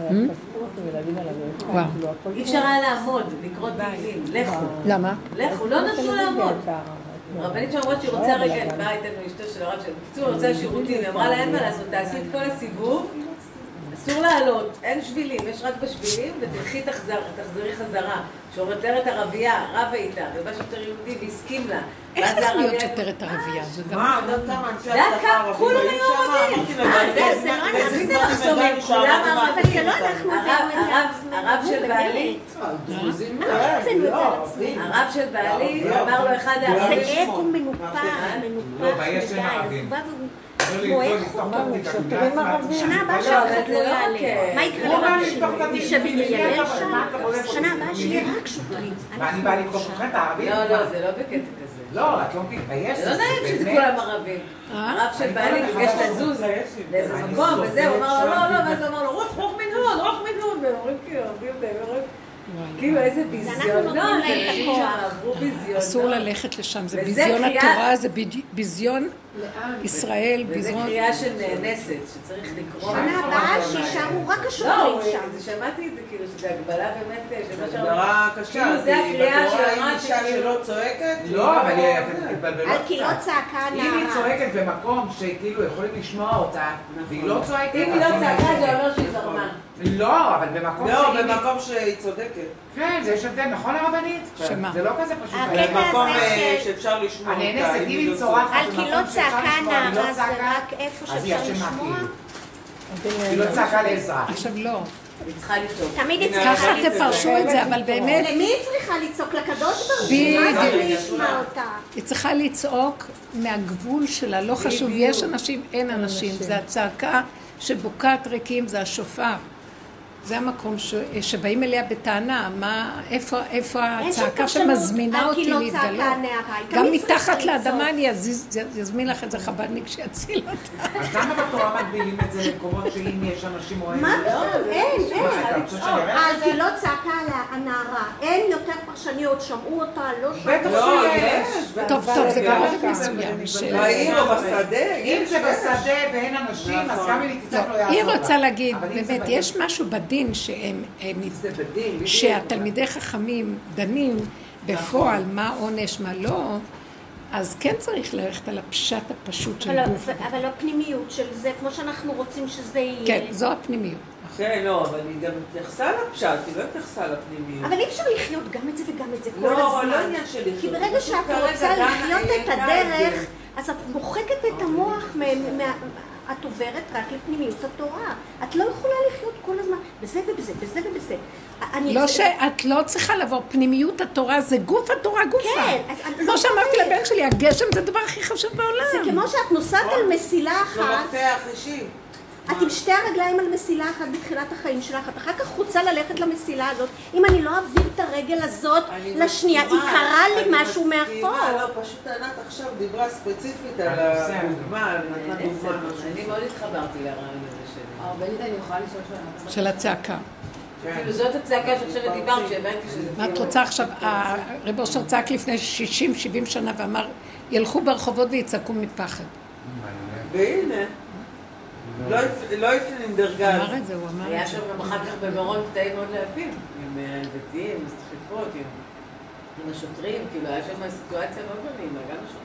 אי אפשר היה לעמוד, לקרוא תהילים, לכו. למה? לכו, לא נתנו לעמוד. רבנית שאומרת שהיא רוצה רגע, את באה איתנו אשתו של הרב של בקיצור, היא רוצה שירותים, היא אמרה לה אין מה לעשות, תעשי את כל הסיבוב, אסור לעלות, אין שבילים, יש רק בשבילים, ותלכי תחזרי חזרה. שעוררת הרבייה, רבה איתה, ובא שוטר יהודי והסכים לה. איך צריך להיות שוטרת הרבייה? זה גם... מה, עוד כמה אנשי דקה, כולם היו ערבים. זה לא אנחנו, זה מחסומים, כולם ערבים. אבל זה לא אנחנו, הרב של בעלי, הרב של בעלי, אמר לו אחד הערבים. זה אגו מנופח, מנופח מדי. שוטרים ערבים. שנה הבאה שאתה לא יעלה. מה יקרה לרב שלי? ייילל שם? שנה הבאה שיהיה רק שוטרים. ואני באה לקרוא אתכם בערבים? לא, לא, זה לא בקטע כזה. לא, את לא מתביישת. זה לא נעים שזה כולם ערבים. הרב של בעלי ביקש לזוז לאיזה מקום, וזהו, אמר לו, לא, לא, ואז הוא אמר לו, רוח, רוח מן הוד, רוח מן הוד, והם אומרים כאילו, ערבים די, אומרים, כאילו איזה ביזיון, לא, אנשים שעברו ביזיון. אסור ללכת לשם, זה ביזיון התורה, זה ביזיון ישראל, ביזיון... וזה קריאה של נאנסת, שצריך לקרוא. שנה הבאה שישארו רק השוטרים שם. לא, שמעתי את זה כאילו, שזה הגבלה באמת, זה הגדרה קשה, זה הקריאה בתורה שאמרת אם אישה שלא צועקת, לא, אבל היא התבלבלות. על כי לא צעקה אם היא נערה. צועקת במקום שכאילו יכולים לשמוע אותה, והיא לא צועקת... אם היא לא צעקה, זה אומר שהיא זרמה. לא, אבל במקום לא, במקום שהיא צודקת. כן, זה יש הבדל, נכון הרבנית? שמה? זה לא כזה פשוט. הקטע במקום הזה ש- שאפשר לשמוע אותה. הנאנסת, אם היא צורחת על כי במקום לא שאפשר צעקה לשמוע, היא לא נערה, זה צעקה, רק איפה אז היא שאפשר אשמה לשמוע. כאילו. היא לא צעקה לעזרה. עכשיו לא. היא צריכה לצעוק. תמיד היא ככה צריכה תפרשו את זה, אבל באמת למי היא צריכה לצעוק? לקדוש ברוך הוא? מה זה בדיוק. מי ישמע אותה? היא צריכה לצעוק מהגבול שלה, לא חשוב, יש אנשים, אין אנשים, זה הצעקה שבוקעת ריקים, זה השופר. זה המקום ש... שבאים אליה בטענה, מה, איפה, איפה הצעקה שמזמינה אותי להתגלות. גם מתחת לאדמה אני אזמין לך את זה חבדניק שיציל אותה. אז למה בתורה מגבילים את זה למקומות שאם יש אנשים רואים? מה פתאום? אין, אין. אתה רוצה שאני אראה על את זה? כי לא צעקה הנערה. אין יותר פרשניות, שמעו אותה, לא שמעו. בטח לא, שיש. יש. טוב, טוב, זה ברובד מסוים. של- בעיר או בשדה. אם זה בשדה ואין אנשים, אז גם אם היא תצטרך לא יעזור היא לה. רוצה להגיד, אבל אם זה באמת, בעיר- יש משהו בדין שהם, הם- זה בדין. בדיוק. שהתלמידי חכמים דנים בפועל מה עונש, מה לא, אז כן צריך ללכת על הפשט הפשוט של אבל לא- גוף. אבל לא פנימיות של זה, כמו שאנחנו רוצים שזה יהיה. כן, זו הפנימיות. כן, לא, אבל היא גם התייחסה לפשט, היא לא התייחסה לפנימיות. אבל אי אפשר לחיות גם את זה וגם את זה כל לא, הזמן. לא עניין של לחיות. כי ברגע פשוט שאת כרגע רוצה דנה לחיות את העלתה את הדרך, זה. אז את מוחקת את המוח מה... מה- את עוברת רק לפנימיות התורה. את לא יכולה לחיות כל הזמן בזה ובזה, בזה ובזה. אני- לא שאת לא צריכה לבוא, פנימיות התורה זה גוף התורה גופה. כן, אז אני- כמו שאמרתי לבן שלי, הגשם זה הדבר הכי חשוב בעולם. זה כמו שאת נוסעת על מסילה זה אחת, מפתח אישי. את עם שתי הרגליים על מסילה אחת בתחילת החיים שלך, את אחר כך רוצה ללכת למסילה הזאת, אם אני לא אעביר את הרגל הזאת אני לשנייה, היא מסכימה, קרה לי אני משהו מסכימה, מאחור. לא, פשוט ענת עכשיו דיברה ספציפית על הנושא הזה. הדוגמה, נתנה דוגמה. אני מאוד התחברתי לרעיון הזה שלי. הרבנית, אני יכולה לשאול שאלה? של הצעקה. כאילו זאת הצעקה שעכשיו דיברת, שהבנתי שזה מה את רוצה עכשיו, הרב אושר צעק לפני שישים שבעים שנה ואמר, ילכו ברחובות ויצעקו מפחד. והנה, לא הפ- לא הפנים דרגה. אמר את זה, הוא אמר היה את זה. שם גם אחר כך במירון קטעים מאוד להפים, עם אה, דתיים, עם סחיפות, עם עם השוטרים, כאילו היה שם סיטואציה מאוד לא נעימה, גם השוטרים.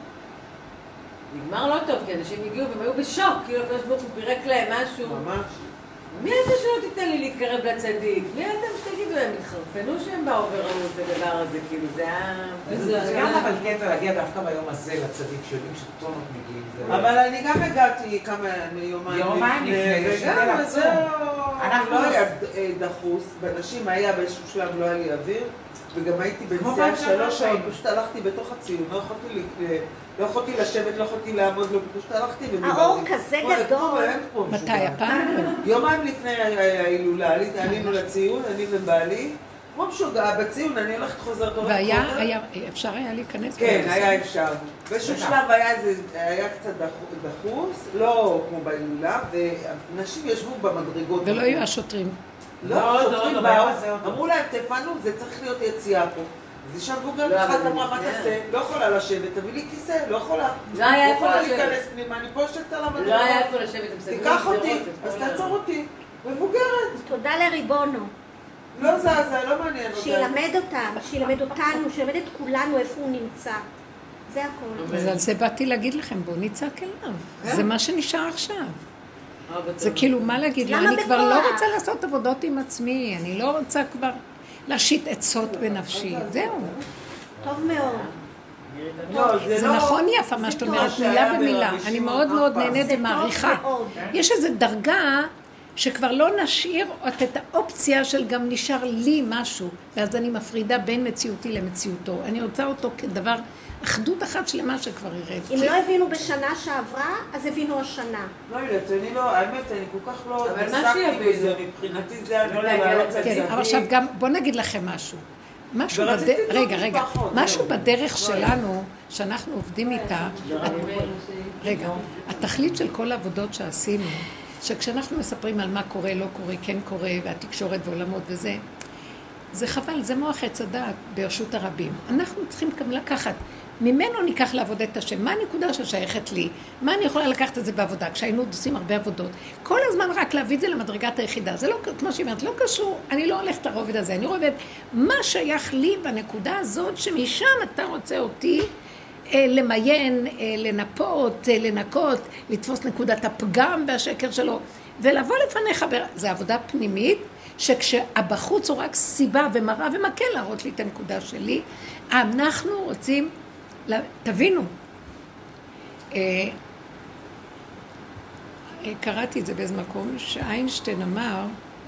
נגמר לא טוב, כי אנשים הגיעו והם היו בשוק, כאילו הקדוש ברוך הוא פירק להם משהו. ממש. מי אתה שלא תיתן לי להתקרב לצדיק? מי אתם שתגידו, הם התחרפנו שהם באו וראו את הדבר הזה, כאילו זה היה... זה גם אבל קטע להגיע דווקא ביום הזה לצדיק, שיודעים שטונות מגיעים. זה- אבל אני גם הגעתי כמה יומיים יומיים לפני, יש הבדל וגם עצום. זה אנחנו לא לא- היה אה, דחוס, בנשים היה באיזשהו שלב לא היה לי אוויר, וגם הייתי כמו בנסיעה פעם שלוש שעברה. שעות, פשוט הלכתי בתוך הציון, לא יכולתי ל- לא יכולתי לשבת, לא יכולתי לעמוד, לא, פשוט הלכתי ודיברתי. האור כזה כמו- גדול. כמו אין פה מתי, משוגע. הפעם? יומיים לפני ההילולה, עליתי- עלינו לציון, אני ובעלי, כמו משוגע, בציון, אני הולכת חוזרת, הולכת והיה, חוזרת. היה, אפשר היה להיכנס? כן, בזה? היה אפשר. באיזשהו שלב היה איזה, היה קצת דחו- דחוס, לא כמו בהילולה, ואנשים ישבו במדרגות. ולא היו השוטרים. לא, לא, שוטרים לא, באו, לא, זה אותו. אמרו להם, תפנו, זה צריך להיות יציאה פה. אז אישה מבוגרת לא, אחת אבל אמרה, מה כן. תעשה? לא יכולה לשבת, תביא לי כיסא, לא יכולה. לא היה איפה יכולה לשבת. להיכנס פנימה, אני פה יושבת על המדרגות. לא היה איפה לשבת, הם סגרו תיקח גדרות, אותי, את אז כל ה- תעצור אותי. מבוגרת. תודה לריבונו, לא זזה, לא מעניין אותה. שילמד אותם, שילמד אותנו, שילמד את כולנו איפה הוא נמצא. זה הכל. אז על זה באתי להגיד לכם, בואו נצעק אליו. זה מה שנשאר עכשיו. אה, בטוח. זה כאילו, מה להגיד לו? למה אני כבר בכוח? לא רוצה לעשות עבודות עם עצמי, אני לא רוצה כבר להשית עצות בנפשי, זהו. טוב מאוד. לא, זה לא- נכון יפה מה שאת טוב אומרת, שהיה מילה במילה. ברבי אני שמעון מאוד מאוד אף פעם. נהנית זה טוב ומעריכה. מאוד. יש איזו דרגה שכבר לא נשאיר את האופציה של גם נשאר לי משהו, ואז אני מפרידה בין מציאותי למציאותו. אני רוצה אותו כדבר, אחדות אחת שלמה שכבר ירד. אם לא הבינו בשנה שעברה, אז הבינו השנה. לא יודעת, אני לא, האמת, אני כל כך לא אבל מה התעסקתי שיבינו. בזה, מבחינתי זה היה לא להגיע לעלות לצדיק. כן, לצדיק. אבל עכשיו גם, בוא נגיד לכם משהו. משהו, ורציתי בד... לבדוק רגע, רגע, פחות, משהו זהו. בדרך לא שלנו, שאנחנו עובדים איתה, רגע, התכלית של כל העבודות שעשינו, שכשאנחנו מספרים על מה קורה, לא קורה, כן קורה, והתקשורת ועולמות וזה, זה חבל, זה מוח עץ הדעת ברשות הרבים. אנחנו צריכים גם לקחת, ממנו ניקח לעבודת השם. מה הנקודה ששייכת לי? מה אני יכולה לקחת את זה בעבודה? כשהיינו עושים הרבה עבודות. כל הזמן רק להביא את זה למדרגת היחידה. זה לא, כמו שהיא אומרת, לא קשור, אני לא הולכת לרובד הזה. אני רובד מה שייך לי בנקודה הזאת, שמשם אתה רוצה אותי אה, למיין, אה, לנפות, אה, לנקות, לתפוס נקודת הפגם והשקר שלו, ולבוא לפניך. זה עבודה פנימית, שכשהבחוץ הוא רק סיבה ומראה ומקל להראות לי את הנקודה שלי, אנחנו רוצים, תבינו, קראתי את זה באיזה מקום, שאיינשטיין אמר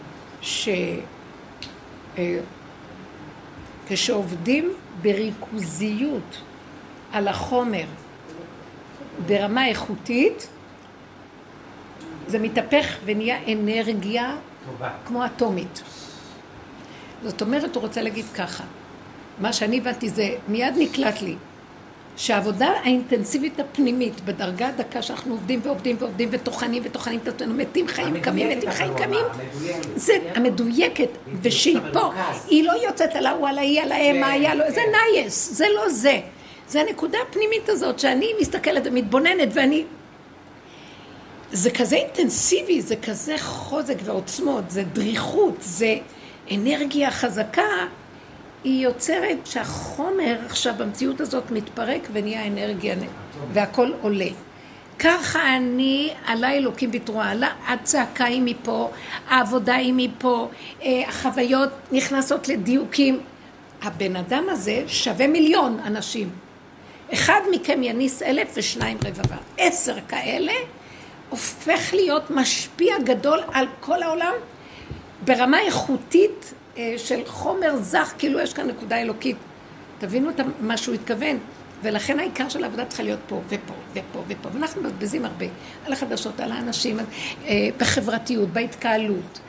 שכשעובדים בריכוזיות על החומר ברמה איכותית, זה מתהפך ונהיה אנרגיה כמו אטומית. זאת אומרת, הוא רוצה להגיד ככה, מה שאני הבנתי זה, מיד נקלט לי, שהעבודה האינטנסיבית הפנימית, בדרגה הדקה שאנחנו עובדים ועובדים ועובדים וטוחנים וטוחנים את עצמנו, מתים חיים קמים, מתים חיים קמים, זה המדויקת, ושהיא פה, היא לא יוצאת על ההוא, על ההיא, על ההם, מה היה לו, זה נייס, זה לא זה. זה הנקודה הפנימית הזאת, שאני מסתכלת ומתבוננת, ואני, זה כזה אינטנסיבי, זה כזה חוזק ועוצמות, זה דריכות, זה אנרגיה חזקה, היא יוצרת שהחומר עכשיו במציאות הזאת מתפרק ונהיה אנרגיה והכל עולה. ככה אני, עליי אלוקים בתרועה, הצעקה היא מפה, העבודה היא מפה, החוויות נכנסות לדיוקים. הבן אדם הזה שווה מיליון אנשים. אחד מכם יניס אלף ושניים רבבה. עשר כאלה הופך להיות משפיע גדול על כל העולם ברמה איכותית של חומר זך, כאילו יש כאן נקודה אלוקית. תבינו את מה שהוא התכוון, ולכן העיקר של העבודה צריכה להיות פה ופה ופה ופה. ואנחנו מבזבזים הרבה על החדשות, על האנשים, בחברתיות, בהתקהלות.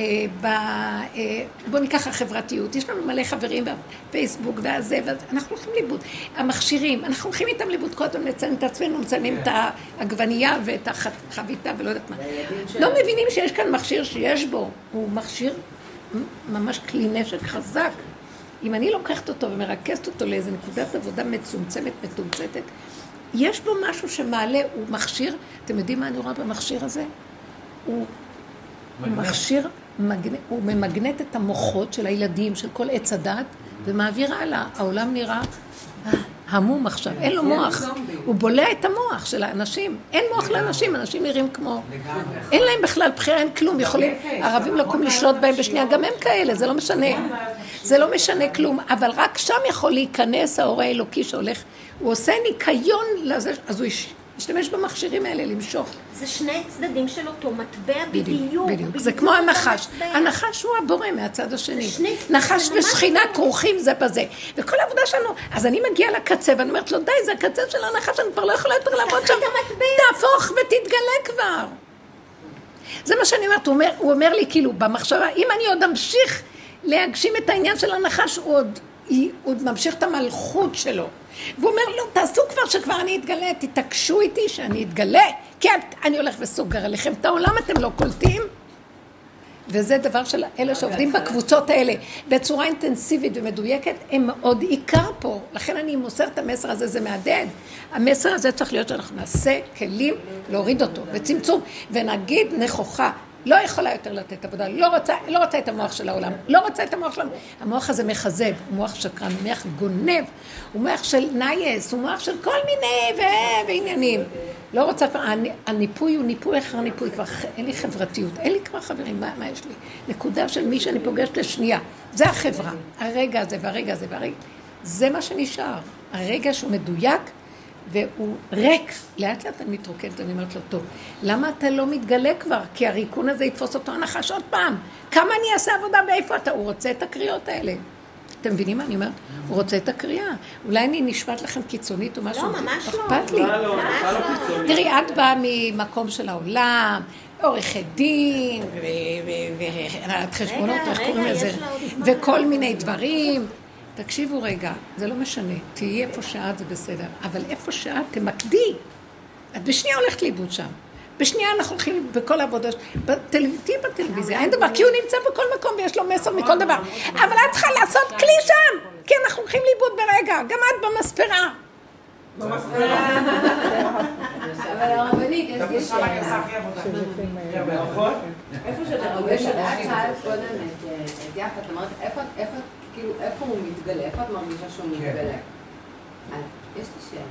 בוא ניקח החברתיות, יש לנו מלא חברים בפייסבוק והזה, אנחנו הולכים לאיבוד. המכשירים, אנחנו הולכים איתם לאיבוד, קודם נצלם את עצמנו, מצלמים את העגבנייה ואת החביתה ולא יודעת מה. לא מבינים שיש כאן מכשיר שיש בו, הוא מכשיר ממש כלי נשק חזק. אם אני לוקחת אותו ומרכזת אותו לאיזו נקודת עבודה מצומצמת, מתומצתת, יש בו משהו שמעלה, הוא מכשיר, אתם יודעים מה אני רואה במכשיר הזה? הוא הוא מכשיר, הוא ממגנט את המוחות של הילדים, של כל עץ הדת, ומעביר הלאה. העולם נראה המום עכשיו, אין לו מוח. הוא בולע את המוח של האנשים. אין מוח לאנשים, אנשים נראים כמו... אין להם בכלל בחירה, אין כלום. יכולים, ערבים לקום לשלוט בהם בשנייה, גם הם כאלה, זה לא משנה. זה לא משנה כלום, אבל רק שם יכול להיכנס האור האלוקי שהולך, הוא עושה ניקיון לזה, אז הוא משתמש במכשירים האלה למשוך. זה שני צדדים של אותו מטבע בדיוק. בדיוק, זה כמו הנחש. הנחש הוא הבורא מהצד השני. נחש ושכינה כרוכים זה בזה. וכל העבודה שלנו, אז אני מגיעה לקצה ואני אומרת לו, די, זה הקצה של הנחש, אני כבר לא יכולה יותר לעבוד שם. תהפוך ותתגלה כבר. זה מה שאני אומרת, הוא אומר לי כאילו, במחשבה, אם אני עוד אמשיך להגשים את העניין של הנחש, הוא עוד, עוד ממשיך את המלכות שלו. והוא אומר, לא, תעשו כבר שכבר אני אתגלה, תתעקשו איתי שאני אתגלה, כי אני הולך וסוגר עליכם את העולם, אתם לא קולטים. וזה דבר של אלה שעובדים בקבוצות האלה, בצורה אינטנסיבית ומדויקת, הם מאוד עיקר פה. לכן אני מוסר את המסר הזה, זה מעדד. המסר הזה צריך להיות שאנחנו נעשה כלים להוריד אותו, בצמצום, ונגיד נכוחה. לא יכולה יותר לתת עבודה, לא רוצה, לא רוצה את המוח של העולם, לא רוצה את המוח שלנו. המוח הזה מחזב, הוא מוח שקרן, הוא מוח גונב, הוא מוח של נייס, הוא מוח של כל מיני ו- ועניינים. לא רוצה, הניפוי הוא ניפוי אחר ניפוי, כבר אין לי חברתיות, אין לי כבר חברים, מה, מה יש לי? נקודה של מי שאני פוגשת לשנייה, זה החברה, הרגע הזה והרגע הזה והרגע, זה מה שנשאר, הרגע שהוא מדויק, והוא ריק, לאט לאט אני מתרוקדת, אני אומרת לו, טוב, למה אתה לא מתגלה כבר? כי הריקון הזה יתפוס אותו הנחש עוד פעם. כמה אני אעשה עבודה באיפה אתה? הוא רוצה את הקריאות האלה. אתם מבינים מה אני אומרת? הוא רוצה את הקריאה. אולי אני נשמעת לכם קיצונית או משהו? לא, ממש לא. אכפת לי. תראי, את באה ממקום של העולם, עורכת דין, והנהלת חשבונות, איך קוראים לזה? וכל מיני דברים. תקשיבו רגע, זה לא משנה, תהיי איפה שאת זה בסדר, אבל איפה שאת תמקדי. את בשנייה הולכת לאיבוד שם. בשנייה אנחנו הולכים בכל העבודה, תהיי בטלוויזיה, אין דבר, כי הוא נמצא בכל מקום ויש לו מסר מכל דבר. אבל את צריכה לעשות כלי שם, כי אנחנו הולכים לאיבוד ברגע, גם את במספרה. במספרה. אבל הרבנית, יש לי שאלה. איפה שאתה הרבה שאת שאלת קודם את יפה, את אומרת, איפה הוא מתגלה, איפה את מרגישה שהוא מתגלה? אז יש לי שאלה.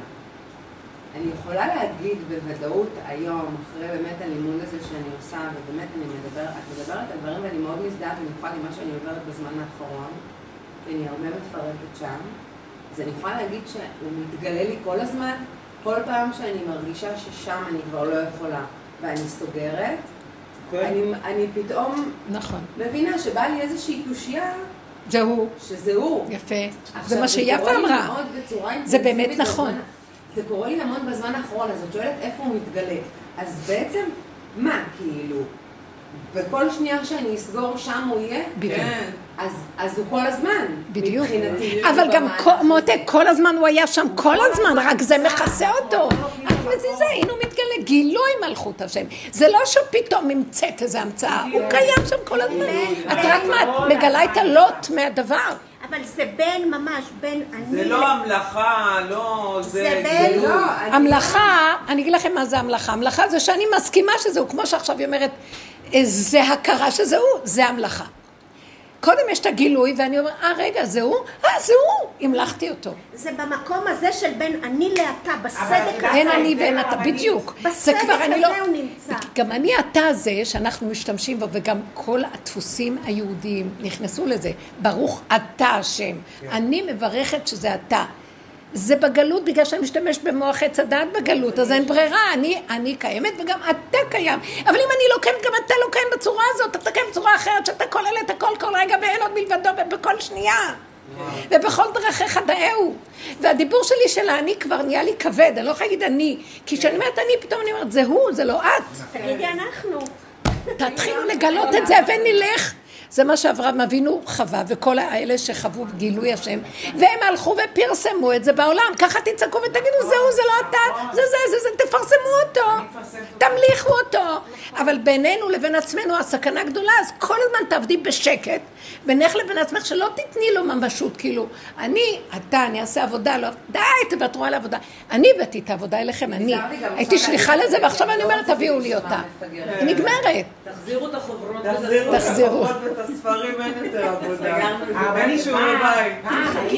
אני יכולה להגיד בוודאות היום, אחרי באמת הלימוד הזה שאני עושה, ובאמת אני מדברת, את מדברת על דברים ואני מאוד מזדהה, במיוחד עם מה שאני עוברת בזמן האחרון, כי אני הרבה מפרטת שם, אז אני יכולה להגיד שהוא מתגלה לי כל הזמן, כל פעם שאני מרגישה ששם אני כבר לא יכולה, ואני סוגרת, אני, אני פתאום נכון. מבינה שבא לי איזושהי תושייה, זה הוא. שזה הוא. יפה. זה מה שיפה אמרה. זה באמת נכון. זה קורה לי המון בזמן האחרון, אז את שואלת איפה הוא מתגלה. אז בעצם, מה, כאילו, בכל שנייה שאני אסגור שם הוא יהיה? בדיוק. אז, אז הוא כל הזמן. בדיוק. מבחינתי. אבל גם מוטה, כל הזמן הוא היה שם, כל הזמן, רק זה מכסה אותו. את מזיזה, הנה הוא מתגלה, גילוי מלכות השם. זה לא שפתאום המצאת איזו המצאה, הוא קיים שם כל הזמן. את רק מגלה את הלוט מהדבר. אבל זה בין ממש, בין אני... זה לא המלאכה, לא... זה בין... המלאכה, אני אגיד לכם מה זה המלאכה. המלאכה זה שאני מסכימה שזהו, כמו שעכשיו היא אומרת, זה הכרה שזהו, זה המלאכה. קודם יש את הגילוי, ואני אומר, אה, רגע, זהו? אה, זהו! המלכתי אותו. זה במקום הזה של בין אני לאתה, בסדק הזה. אין אני ואין אתה, בדיוק. בסדק הזה הוא נמצא. גם אני אתה הזה שאנחנו משתמשים בו, וגם כל הדפוסים היהודיים נכנסו לזה. ברוך אתה השם. אני מברכת שזה אתה. זה בגלות, בגלל שאני משתמש במוח עץ הדעת בגלות, אז אין ברירה, אני, אני קיימת וגם אתה קיים. אבל אם אני לא קיימת, גם אתה לא קיים בצורה הזאת, אתה קיים בצורה אחרת, שאתה כולל את הכל כל רגע ואין עוד מלבדו בכל שנייה. ובכל דרכיך דאהו. והדיבור שלי של אני כבר נהיה לי כבד, אני לא יכולה להגיד אני, כי כשאני אומרת אני, פתאום אני אומרת, זה הוא, זה לא את. תגידי אנחנו. תתחילו לגלות את זה ונלך. זה מה שאברהם אבינו חווה, וכל האלה שחוו גילוי השם, והם הלכו ופרסמו את זה בעולם. ככה תצעקו ותגידו, זהו, זה לא אתה, זה זה, זה זה, תפרסמו אותו, תמליכו אותו. אבל בינינו לבין עצמנו הסכנה גדולה, אז כל הזמן תעבדי בשקט, בינך לבין עצמך, שלא תתני לו ממשות, כאילו, אני, אתה, אני אעשה עבודה, לא, די, תוותרו על העבודה. אני הבאתי את העבודה אליכם, אני הייתי שליחה לזה, ועכשיו אני אומרת, תביאו לי אותה. היא נגמרת. תחזירו את החוברות. תחזירו. את הספרים אין יותר עבודה. אין שיעורי בית.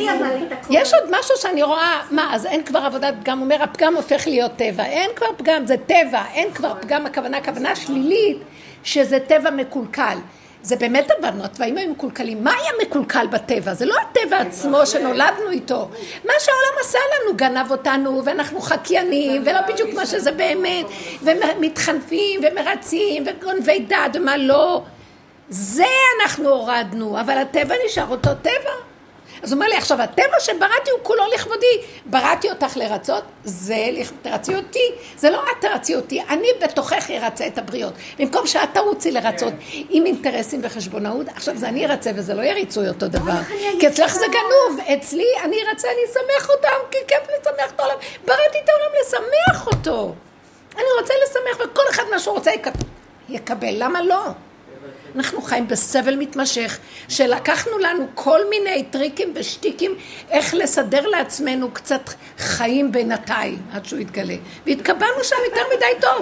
יש עוד משהו שאני רואה, מה, אז אין כבר עבודת פגם, אומר, הפגם הופך להיות טבע. אין כבר פגם, זה טבע. אין כבר פגם, הכוונה, הכוונה שלילית, שזה טבע מקולקל. זה באמת עברנו, הטבעים היו מקולקלים. מה היה מקולקל בטבע? זה לא הטבע עצמו שנולדנו איתו. מה שהעולם עשה לנו, גנב אותנו, ואנחנו חקיינים, ולא בדיוק מה שזה באמת, ומתחנפים, ומרצים, וגונבי דעת, ומה לא. זה אנחנו הורדנו, אבל הטבע נשאר אותו טבע. אז הוא אומר לי, עכשיו, הטבע שבראתי הוא כולו לכבודי. בראתי אותך לרצות, זה תרצי אותי. זה לא את תרצי אותי, אני בתוכך ירצה את הבריות. במקום שאת תרוצי לרצות עם אינטרסים וחשבונאות, עכשיו זה אני ארצה וזה לא יריצוי אותו דבר. כי אצלך זה גנוב, אצלי אני ארצה, אני אשמח אותם, כי כיף לשמח את העולם. בראתי את העולם לשמח אותו. אני רוצה לשמח, וכל אחד מה שהוא רוצה יקבל. יקבל, למה לא? אנחנו חיים בסבל מתמשך, שלקחנו לנו כל מיני טריקים ושטיקים, איך לסדר לעצמנו קצת חיים בינתיים, עד שהוא יתגלה. והתקבלנו שם יותר מדי טוב.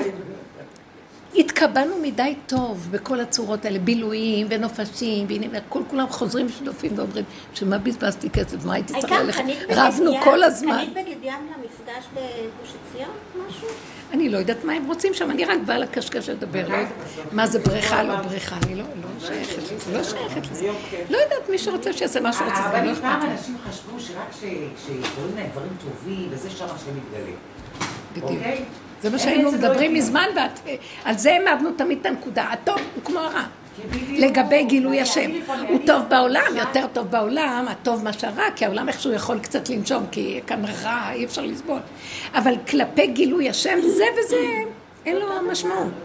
התקבלנו מדי טוב בכל הצורות האלה, בילויים ונופשים, והנה, כל כולם חוזרים שדופים ואומרים, שמה בזבזתי כסף, מה הייתי צריך ללכת? רבנו כל הזמן. קנית בגד ים למפגש בגוש עציון, משהו? אני לא יודעת מה הם רוצים שם, אני רק באה לקשקש לדבר, לא יודעת מה זה בריכה, לא בריכה, אני לא שייכת לזה, לא שייכת לזה. לא יודעת מי שרוצה שיעשה משהו רוצה, זה לא אכפת. אבל פעם אנשים חשבו שרק כשקוראים להם דברים טובים, וזה שם השם מתגלה. בדיוק. זה מה שהיינו מדברים מזמן, ועל זה העמדנו תמיד את הנקודה. הטוב הוא כמו הרע. לגבי גילוי השם. הוא טוב בעולם, יותר טוב בעולם, הטוב מה שהרע, כי העולם איכשהו יכול קצת לנשום, כי כאן רע, אי אפשר לסבול. אבל כלפי גילוי השם, זה וזה, אין לו משמעות.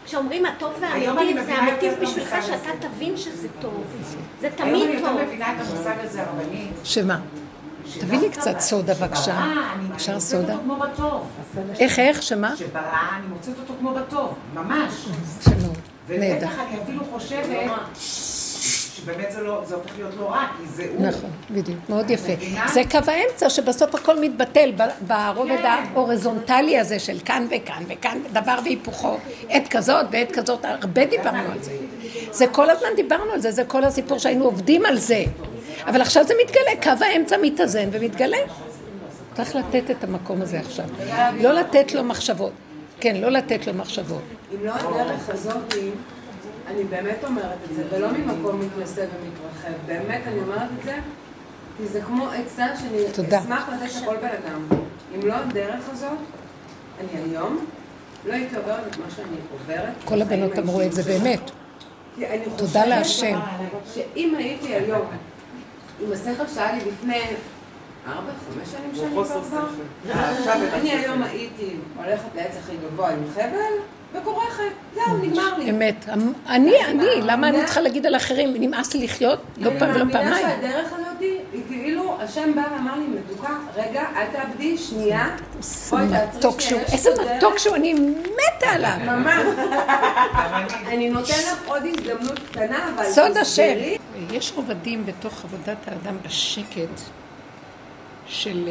כשאומרים הטוב והמיטיב, זה המיטיב בשבילך שאתה תבין שזה טוב. זה תמיד טוב. היום אני יותר מבינה את המושג הזה הרבנית. שמה? תביאי לי קצת סודה בבקשה. אפשר סודה? אני מוצאת אותו כמו בטוב. איך, איך, שמה? שברעה אני מוצאת אותו כמו בטוב, ממש. שלום, נהדר. ובטח אני אפילו חושבת שבאמת זה הופך להיות לא רע, כי זה הוא. נכון, בדיוק, מאוד יפה. זה קו האמצע שבסוף הכל מתבטל ברובד ההוריזונטלי הזה של כאן וכאן וכאן, דבר והיפוכו, עת כזאת ועת כזאת, הרבה דיברנו על זה. זה כל הזמן דיברנו על זה, זה כל הסיפור שהיינו עובדים על זה. אבל עכשיו זה מתגלה, קו האמצע מתאזן ומתגלה. צריך לתת את המקום הזה עכשיו. לא לתת לו מחשבות. כן, לא לתת לו מחשבות. אם לא הדרך הזאת, אני באמת אומרת את זה, ולא ממקום מתנשא ומתרחב. באמת אני אומרת את זה, כי זה כמו עצה שאני אשמח לתת לכל בן אדם. אם לא הדרך הזאת, אני היום לא הייתי עוברת את מה שאני עוברת. כל הבנות אמרו את זה באמת. תודה להשם. שאם הייתי היום, עם השכל שהיה לי לפני ארבע, חמש שנים שאני כבר, אני היום הייתי הולכת לעץ הכי גבוה עם חבל וכורכת, זהו, נגמר לי. אמת. אני, אני, למה אני צריכה להגיד על אחרים? נמאס לי לחיות לא פעם ולא פעמיים. אני מאמינה שהדרך הזאת היא כאילו, השם בא ואמר לי, מתוקה, רגע, אל תאבדי, שנייה, בואי תעצרי שנייה, יש איזה מתוק שהוא, אני מתה עליו. ממש. אני נותן לך עוד הזדמנות קטנה, אבל סוד השם. יש רובדים בתוך עבודת האדם בשקט של...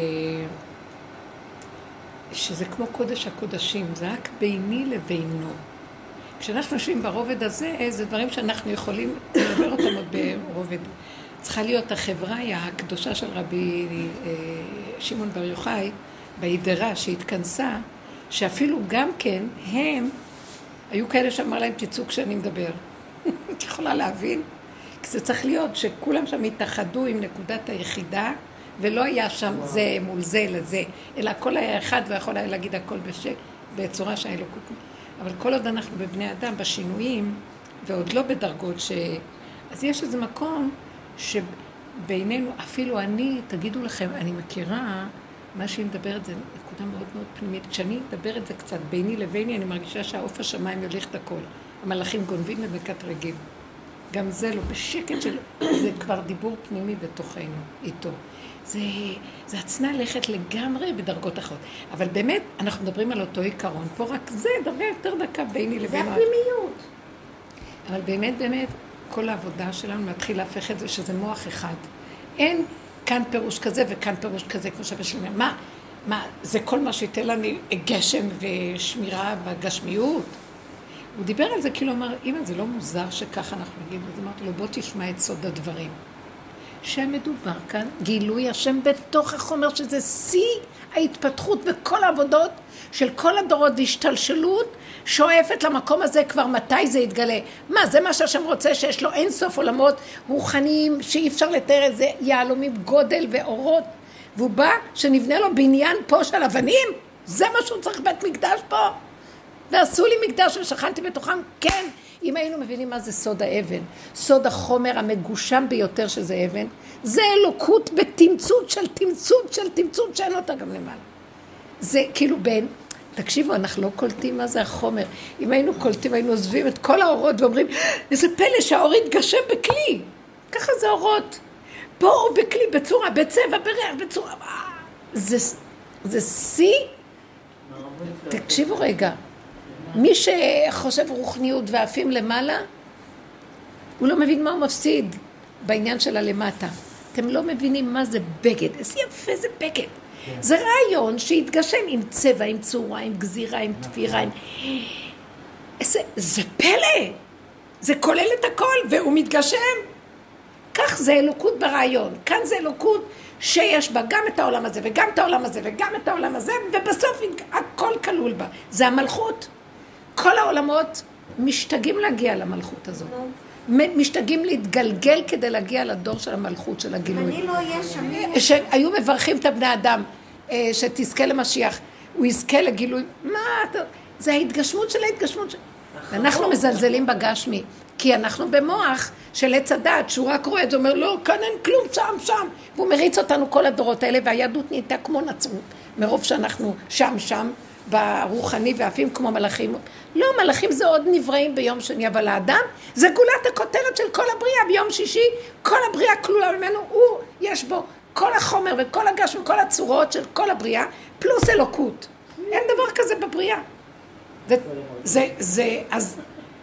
שזה כמו קודש הקודשים, זה רק ביני לבינו. כשאנחנו יושבים ברובד הזה, זה דברים שאנחנו יכולים לדבר אותם עוד ברובד. צריכה להיות החברה הקדושה של רבי שמעון בר יוחאי, בהידרה שהתכנסה, שאפילו גם כן, הם, היו כאלה שאמר להם, תצאו כשאני מדבר. את יכולה להבין? כי זה צריך להיות שכולם שם התאחדו עם נקודת היחידה, ולא היה שם זה מול זה לזה, אלא הכל היה אחד ויכול היה להגיד הכל בשק, בצורה שהאלוקות. אבל כל עוד אנחנו בבני אדם, בשינויים, ועוד לא בדרגות ש... אז יש איזה מקום שבינינו, אפילו אני, תגידו לכם, אני מכירה, מה שהיא מדברת זה נקודה מאוד מאוד פנימית. כשאני מדבר את זה קצת ביני לביני, אני מרגישה שהעוף השמיים יוליך את הכל. המלאכים גונבים ומקטרגים. גם זה לא, בשקט של... זה כבר דיבור פנימי בתוכנו, איתו. זה, זה הצנע ללכת לגמרי בדרגות אחרות. אבל באמת, אנחנו מדברים על אותו עיקרון. פה רק זה דרגה יותר דקה ביני לבינו. זה הפנימיות. אבל באמת, באמת, כל העבודה שלנו מתחיל להפך את זה שזה מוח אחד. אין כאן פירוש כזה וכאן פירוש כזה, כמו שבשלמי. מה, מה, זה כל מה שייתן לנו גשם ושמירה בגשמיות? הוא דיבר על זה, כאילו אמר, אמא, זה לא מוזר שככה אנחנו נגיד, אז אמרתי לו, בוא תשמע את סוד הדברים. שמדובר כאן, גילוי השם בתוך החומר, שזה שיא ההתפתחות בכל העבודות של כל הדורות והשתלשלות, שואפת למקום הזה כבר מתי זה יתגלה. מה, זה מה שהשם רוצה, שיש לו אין סוף עולמות רוחניים, שאי אפשר לתאר את זה, יעלומים גודל ואורות, והוא בא שנבנה לו בניין פה של אבנים, זה מה שהוא צריך בית מקדש פה. ועשו לי מקדש ושכנתי בתוכם, כן, אם היינו מבינים מה זה סוד האבן, סוד החומר המגושם ביותר שזה אבן, זה אלוקות בתמצות של תמצות של תמצות שאין אותה גם למעלה. זה כאילו בין, תקשיבו, אנחנו לא קולטים מה זה החומר. אם היינו קולטים, היינו עוזבים את כל האורות ואומרים, איזה פלא שהאור יתגשם בכלי. ככה זה אורות. פה אור בכלי, בצורה, בצבע, בריח, בצורה. זה, זה שיא. תקשיבו רגע. מי שחושב רוחניות ועפים למעלה, הוא לא מבין מה הוא מפסיד בעניין של הלמטה. אתם לא מבינים מה זה בגד. איזה יפה זה בגד. זה רעיון שהתגשם עם צבע, עם צורה, עם גזירה, עם תפירה. עם... איזה, זה פלא. זה כולל את הכל והוא מתגשם. כך זה אלוקות ברעיון. כאן זה אלוקות שיש בה גם את העולם הזה וגם את העולם הזה וגם את העולם הזה, ובסוף הכל כלול בה. זה המלכות. כל העולמות משתגעים להגיע למלכות הזאת. משתגעים להתגלגל כדי להגיע לדור של המלכות, של הגילוי. אני לא יש, אני... שהיו מברכים את הבני אדם, שתזכה למשיח, הוא יזכה לגילוי. מה? זה ההתגשמות של ההתגשמות של... אנחנו מזלזלים בגשמי, כי אנחנו במוח של עץ הדעת, שהוא רק רואה את זה, אומר, לא, כאן אין כלום, שם, שם. והוא מריץ אותנו כל הדורות האלה, והיהדות נהייתה כמו נצרות, מרוב שאנחנו שם, שם, ברוחני ועפים כמו מלאכים. לא, מלאכים זה עוד נבראים ביום שני, אבל האדם זה גולת הכותרת של כל הבריאה. ביום שישי כל הבריאה כלולה ממנו, הוא, יש בו כל החומר וכל הגש וכל הצורות של כל הבריאה, פלוס אלוקות. אין דבר כזה בבריאה. זה, זה, זה, אז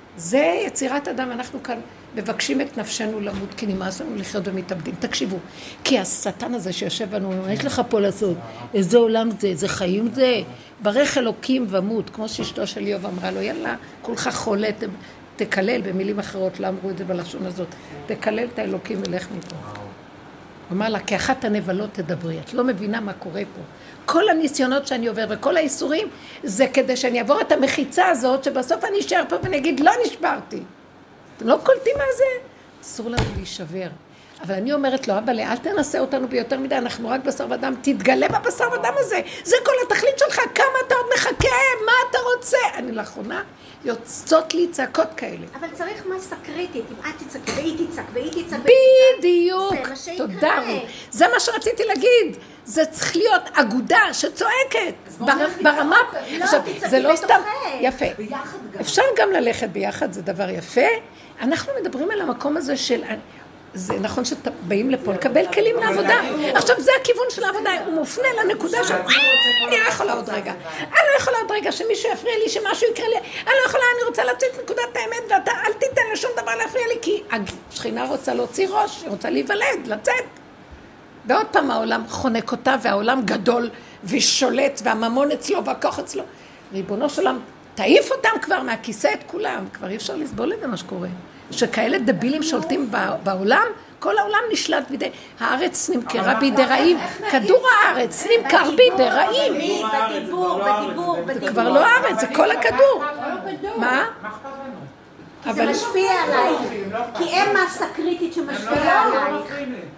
זה יצירת אדם. אנחנו כאן מבקשים את נפשנו למות, כי נמאס לנו לחיות ומתאבדים. תקשיבו, כי השטן הזה שיושב בנו, מה יש לך פה לעשות? איזה עולם זה? איזה חיים זה? ברך אלוקים ומות, כמו שאשתו של איוב אמרה לו, יאללה, כולך חולה, תקלל, במילים אחרות, לא אמרו את זה בלשון הזאת, תקלל את האלוקים ולך מפה. הוא אמר לה, כאחת הנבלות תדברי, את לא מבינה מה קורה פה. כל הניסיונות שאני עובר וכל האיסורים, זה כדי שאני אעבור את המחיצה הזאת, שבסוף אני אשאר פה ואני אגיד, לא נשברתי. אתם לא קולטים מה זה? אסור לנו להישבר. אבל אני אומרת לו, אבא, אל תנסה אותנו ביותר מדי, אנחנו רק בשר ודם, תתגלה בבשר ודם הזה. זה כל התכלית שלך, כמה אתה עוד מחכה, מה אתה רוצה? אני לאחרונה יוצאות לי צעקות כאלה. אבל צריך מסה קריטית, אם את תצעק והיא תצעק והיא תצעק. בדיוק, תודה. זה מה שרציתי להגיד. זה צריך להיות אגודה שצועקת ברמה. זה לא סתם יפה. אפשר גם ללכת ביחד, זה דבר יפה. אנחנו מדברים על המקום הזה של... זה נכון שבאים לפה לקבל כלים לעבודה. עכשיו זה הכיוון של העבודה, הוא מופנה לנקודה של אני לא יכולה עוד רגע, אני לא יכולה עוד רגע שמישהו יפריע לי, שמשהו יקרה לי, אני לא יכולה, אני רוצה להוציא את נקודת האמת ואתה אל תיתן לשום דבר להפריע לי, כי השכינה רוצה להוציא ראש, היא רוצה להיוולד, לצאת. ועוד פעם העולם חונק אותה והעולם גדול ושולט והממון אצלו והכוח אצלו. ריבונו של עולם, תעיף אותם כבר מהכיסא את כולם, כבר אי אפשר לסבול את זה מה שקורה. שכאלה דבילים שולטים בעולם, כל העולם נשלט בידי, הארץ נמכרה בידי רעים, כדור הארץ נמכר בידי רעים. בדיבור, בדיבור, בדיבור. זה כבר לא הארץ, זה כל הכדור. מה? כי זה משפיע עליי, כי אין מסה קריטית שמשפיעה עלייך.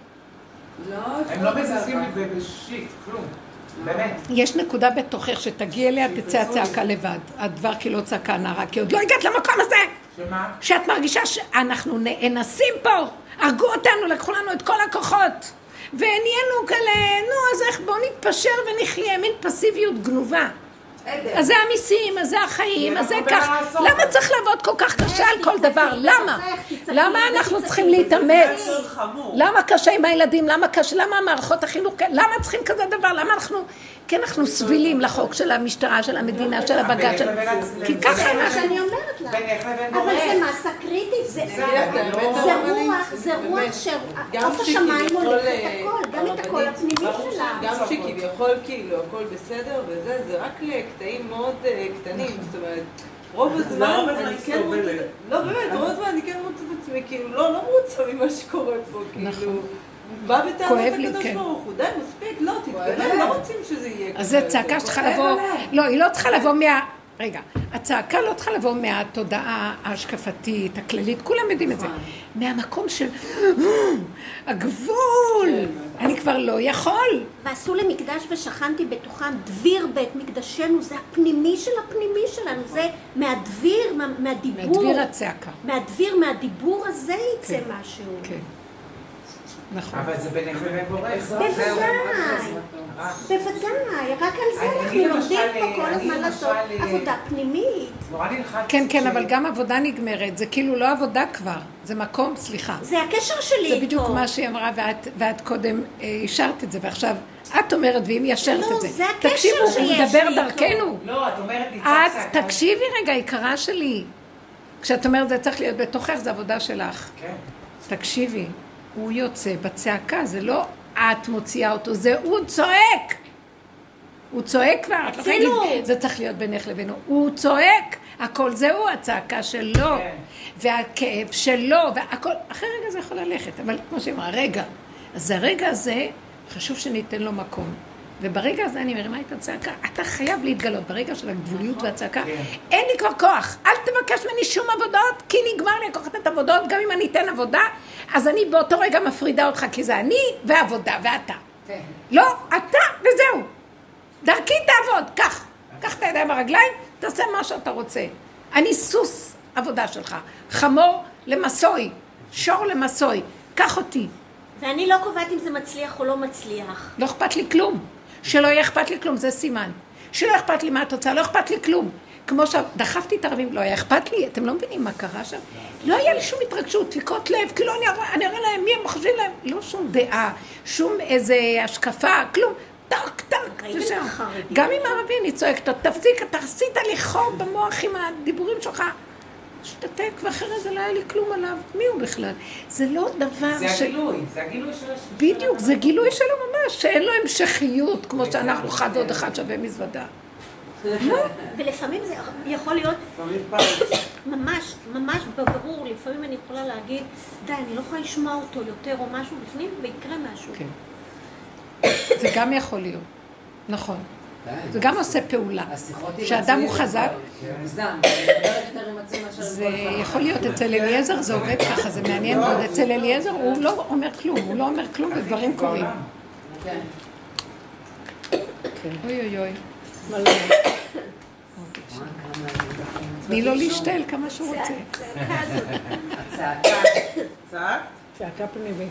הם לא מזזים לי בשיט, כלום. באמת. יש נקודה בתוכך שתגיע אליה, תצא הצעקה לבד. הדבר כי לא צעקה נערה, כי עוד לא הגעת למקום הזה. שמה? שאת מרגישה שאנחנו נאנסים פה, הרגו אותנו, לקחו לנו את כל הכוחות, ונהיינו כאלה, נו, אז איך בואו נתפשר ונחיה, מין פסיביות גנובה. אז זה המיסים, אז זה החיים, אז זה כך. למה צריך לעבוד כל כך קשה על כל דבר? למה? למה אנחנו צריכים להתאמץ? למה קשה עם הילדים? למה קשה? למה המערכות החינוך? למה צריכים כזה דבר? למה אנחנו... כי אנחנו סבילים לחוק של המשטרה, של המדינה, של הבג"ץ, של... כי ככה זה מה שאני אומרת לה. אבל זה מסה קריטית, זה רוח, זה רוח שעוף השמיים הולך את הכל, גם את הכל הפנימי שלה. גם שכביכול כאילו הכל בסדר וזה, זה רק לקטעים מאוד קטנים, זאת אומרת, רוב הזמן אני כן מוצאת, לא באמת, רוב הזמן אני כן מוצאת את עצמי, כאילו לא מרוצה ממה שקורה פה, כאילו... בא בטענות הקדוש ברוך הוא, די, מספיק, לא, תתקדם, לא רוצים שזה יהיה כזה. אז זה צעקה שצריכה לבוא, לא, היא לא צריכה לבוא מה... רגע, הצעקה לא צריכה לבוא מהתודעה ההשקפתית, הכללית, כולם יודעים את זה. מהמקום של הגבול, אני כבר לא יכול. ועשו למקדש ושכנתי בתוכם, דביר בית מקדשנו, זה הפנימי של הפנימי שלנו, זה מהדביר, מהדיבור. מהדביר הצעקה. מהדביר, מהדיבור הזה יצא משהו. כן. נכון. אבל זה בינך לבין בורא. בוודאי, בוודאי, רק על זה אנחנו לומדים פה כל הזמן לעשות עבודה פנימית. כן, כן, אבל גם עבודה נגמרת, זה כאילו לא עבודה כבר, זה מקום, סליחה. זה הקשר שלי איתו. זה בדיוק מה שהיא אמרה, ואת קודם השארת את זה, ועכשיו את אומרת, ואם היא ישרת את זה. לא, זה הקשר שיש לי איתו. תקשיבו, הוא מדבר דרכנו. לא, את אומרת לי את, תקשיבי רגע, יקרה שלי. כשאת אומרת, זה צריך להיות בתוכך, זה עבודה שלך. כן. תקשיבי. הוא יוצא בצעקה, זה לא את מוציאה אותו, זה הוא צועק. הוא צועק כבר, את לא יכולה להגיד, זה צריך להיות בינך לבינו. הוא צועק, הכל זהו, הצעקה שלו, והכאב שלו, והכל, אחרי רגע זה יכול ללכת, אבל כמו שאמרה, רגע, אז הרגע הזה, חשוב שניתן לו מקום. וברגע הזה אני מרימה את הצעקה, אתה חייב להתגלות, ברגע של הגבוליות והצעקה, אין לי כבר כוח, אל תבקש ממני שום עבודות, כי נגמר לי לקחת את עבודות, גם אם אני אתן עבודה, אז אני באותו רגע מפרידה אותך, כי זה אני ועבודה, ואתה. לא, אתה וזהו. דרכי תעבוד, קח, קח את הידיים ברגליים, תעשה מה שאתה רוצה. אני סוס עבודה שלך, חמור למסוי, שור למסוי, קח אותי. ואני לא קובעת אם זה מצליח או לא מצליח. לא אכפת לי כלום. שלא יהיה אכפת לי כלום, זה סימן. שלא אכפת לי מה התוצאה, לא אכפת לי כלום. כמו שדחפתי את הרבים, לא היה אכפת לי, אתם לא מבינים מה קרה שם? לא היה לי שום התרגשות, דפיקות לב, כאילו אני אראה להם, מי הם חושבים להם? לא שום דעה, שום איזה השקפה, כלום. טק, טק, וזהו. גם עם הרבים אני צועקת, תפסיק, אתה עשית לי חור במוח עם הדיבורים שלך. שתתק, ואחרי זה לא היה לי כלום עליו. מי הוא בכלל? זה לא דבר זה ש... זה הגילוי, זה הגילוי של השם. בדיוק, זה גילוי שלו ממש, שאין לו המשכיות, כמו שאנחנו אחד ועוד אחד שווה מזוודה. ולפעמים זה יכול להיות ממש, ממש בברור, לפעמים אני יכולה להגיד, די, אני לא יכולה לשמוע אותו יותר או משהו בפנים, ויקרה משהו. כן. זה גם יכול להיות, נכון. זה גם עושה פעולה. שאדם הוא חזק. זה יכול להיות, אצל אליעזר זה עובד ככה, זה מעניין מאוד. אצל אליעזר הוא לא אומר כלום, הוא לא אומר כלום ודברים קורים. אוי אוי אוי. תני לו להשתעל כמה שהוא רוצה. צעקה. צעק? צעקה פנימית.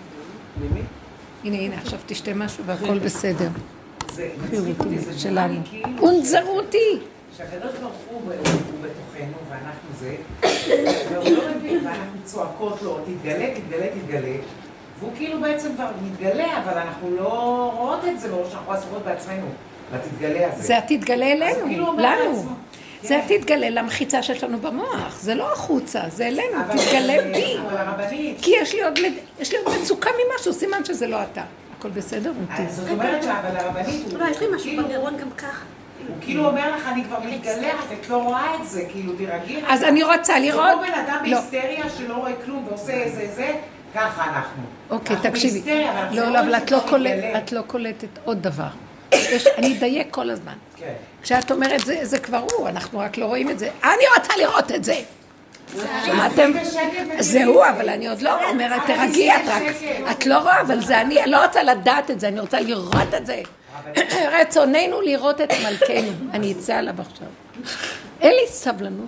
הנה הנה עכשיו תשתה משהו והכל בסדר. זה מצחיק אותי, זה שלנו. כאילו... ונזרו אותי. שהקדוש ברוך הוא בתוכנו ואנחנו זה, והוא לא מבין, ואנחנו צועקות לו, תתגלה, תתגלה, תתגלה, והוא כאילו בעצם כבר מתגלה, אבל אנחנו לא רואות את זה, לא שאנחנו עשורות בעצמנו, לתתגלה הזה. זה התתגלה אלינו, לנו. זה כן. תתגלה למחיצה שיש לנו במוח, זה לא החוצה, זה אלינו, תתגלה בי. אבל הרבנית... כי יש לי עוד, יש לי עוד מצוקה ממשהו, סימן שזה לא אתה. הכל בסדר? זאת אומרת שהרבנית הוא... לא, יש לי משהו בגרון גם כך. הוא כאילו אומר לך, אני כבר מתגלה, את לא רואה את זה, כאילו תירגעי. אז אני רוצה לראות... כמו בן אדם בהיסטריה שלא רואה כלום ועושה איזה זה, ככה אנחנו. אוקיי, תקשיבי. לא, לא, אבל את לא קולטת עוד דבר. אני אדייק כל הזמן. כשאת אומרת זה כבר הוא, אנחנו רק לא רואים את זה. אני רוצה לראות את זה. שמעתם? זהו, אבל אני עוד לא אומרת, תרגעי, את לא רואה, אבל זה אני, אני לא רוצה לדעת את זה, אני רוצה לראות את זה. רצוננו לראות את מלכנו. אני אצא עליו עכשיו. אין לי סבלנות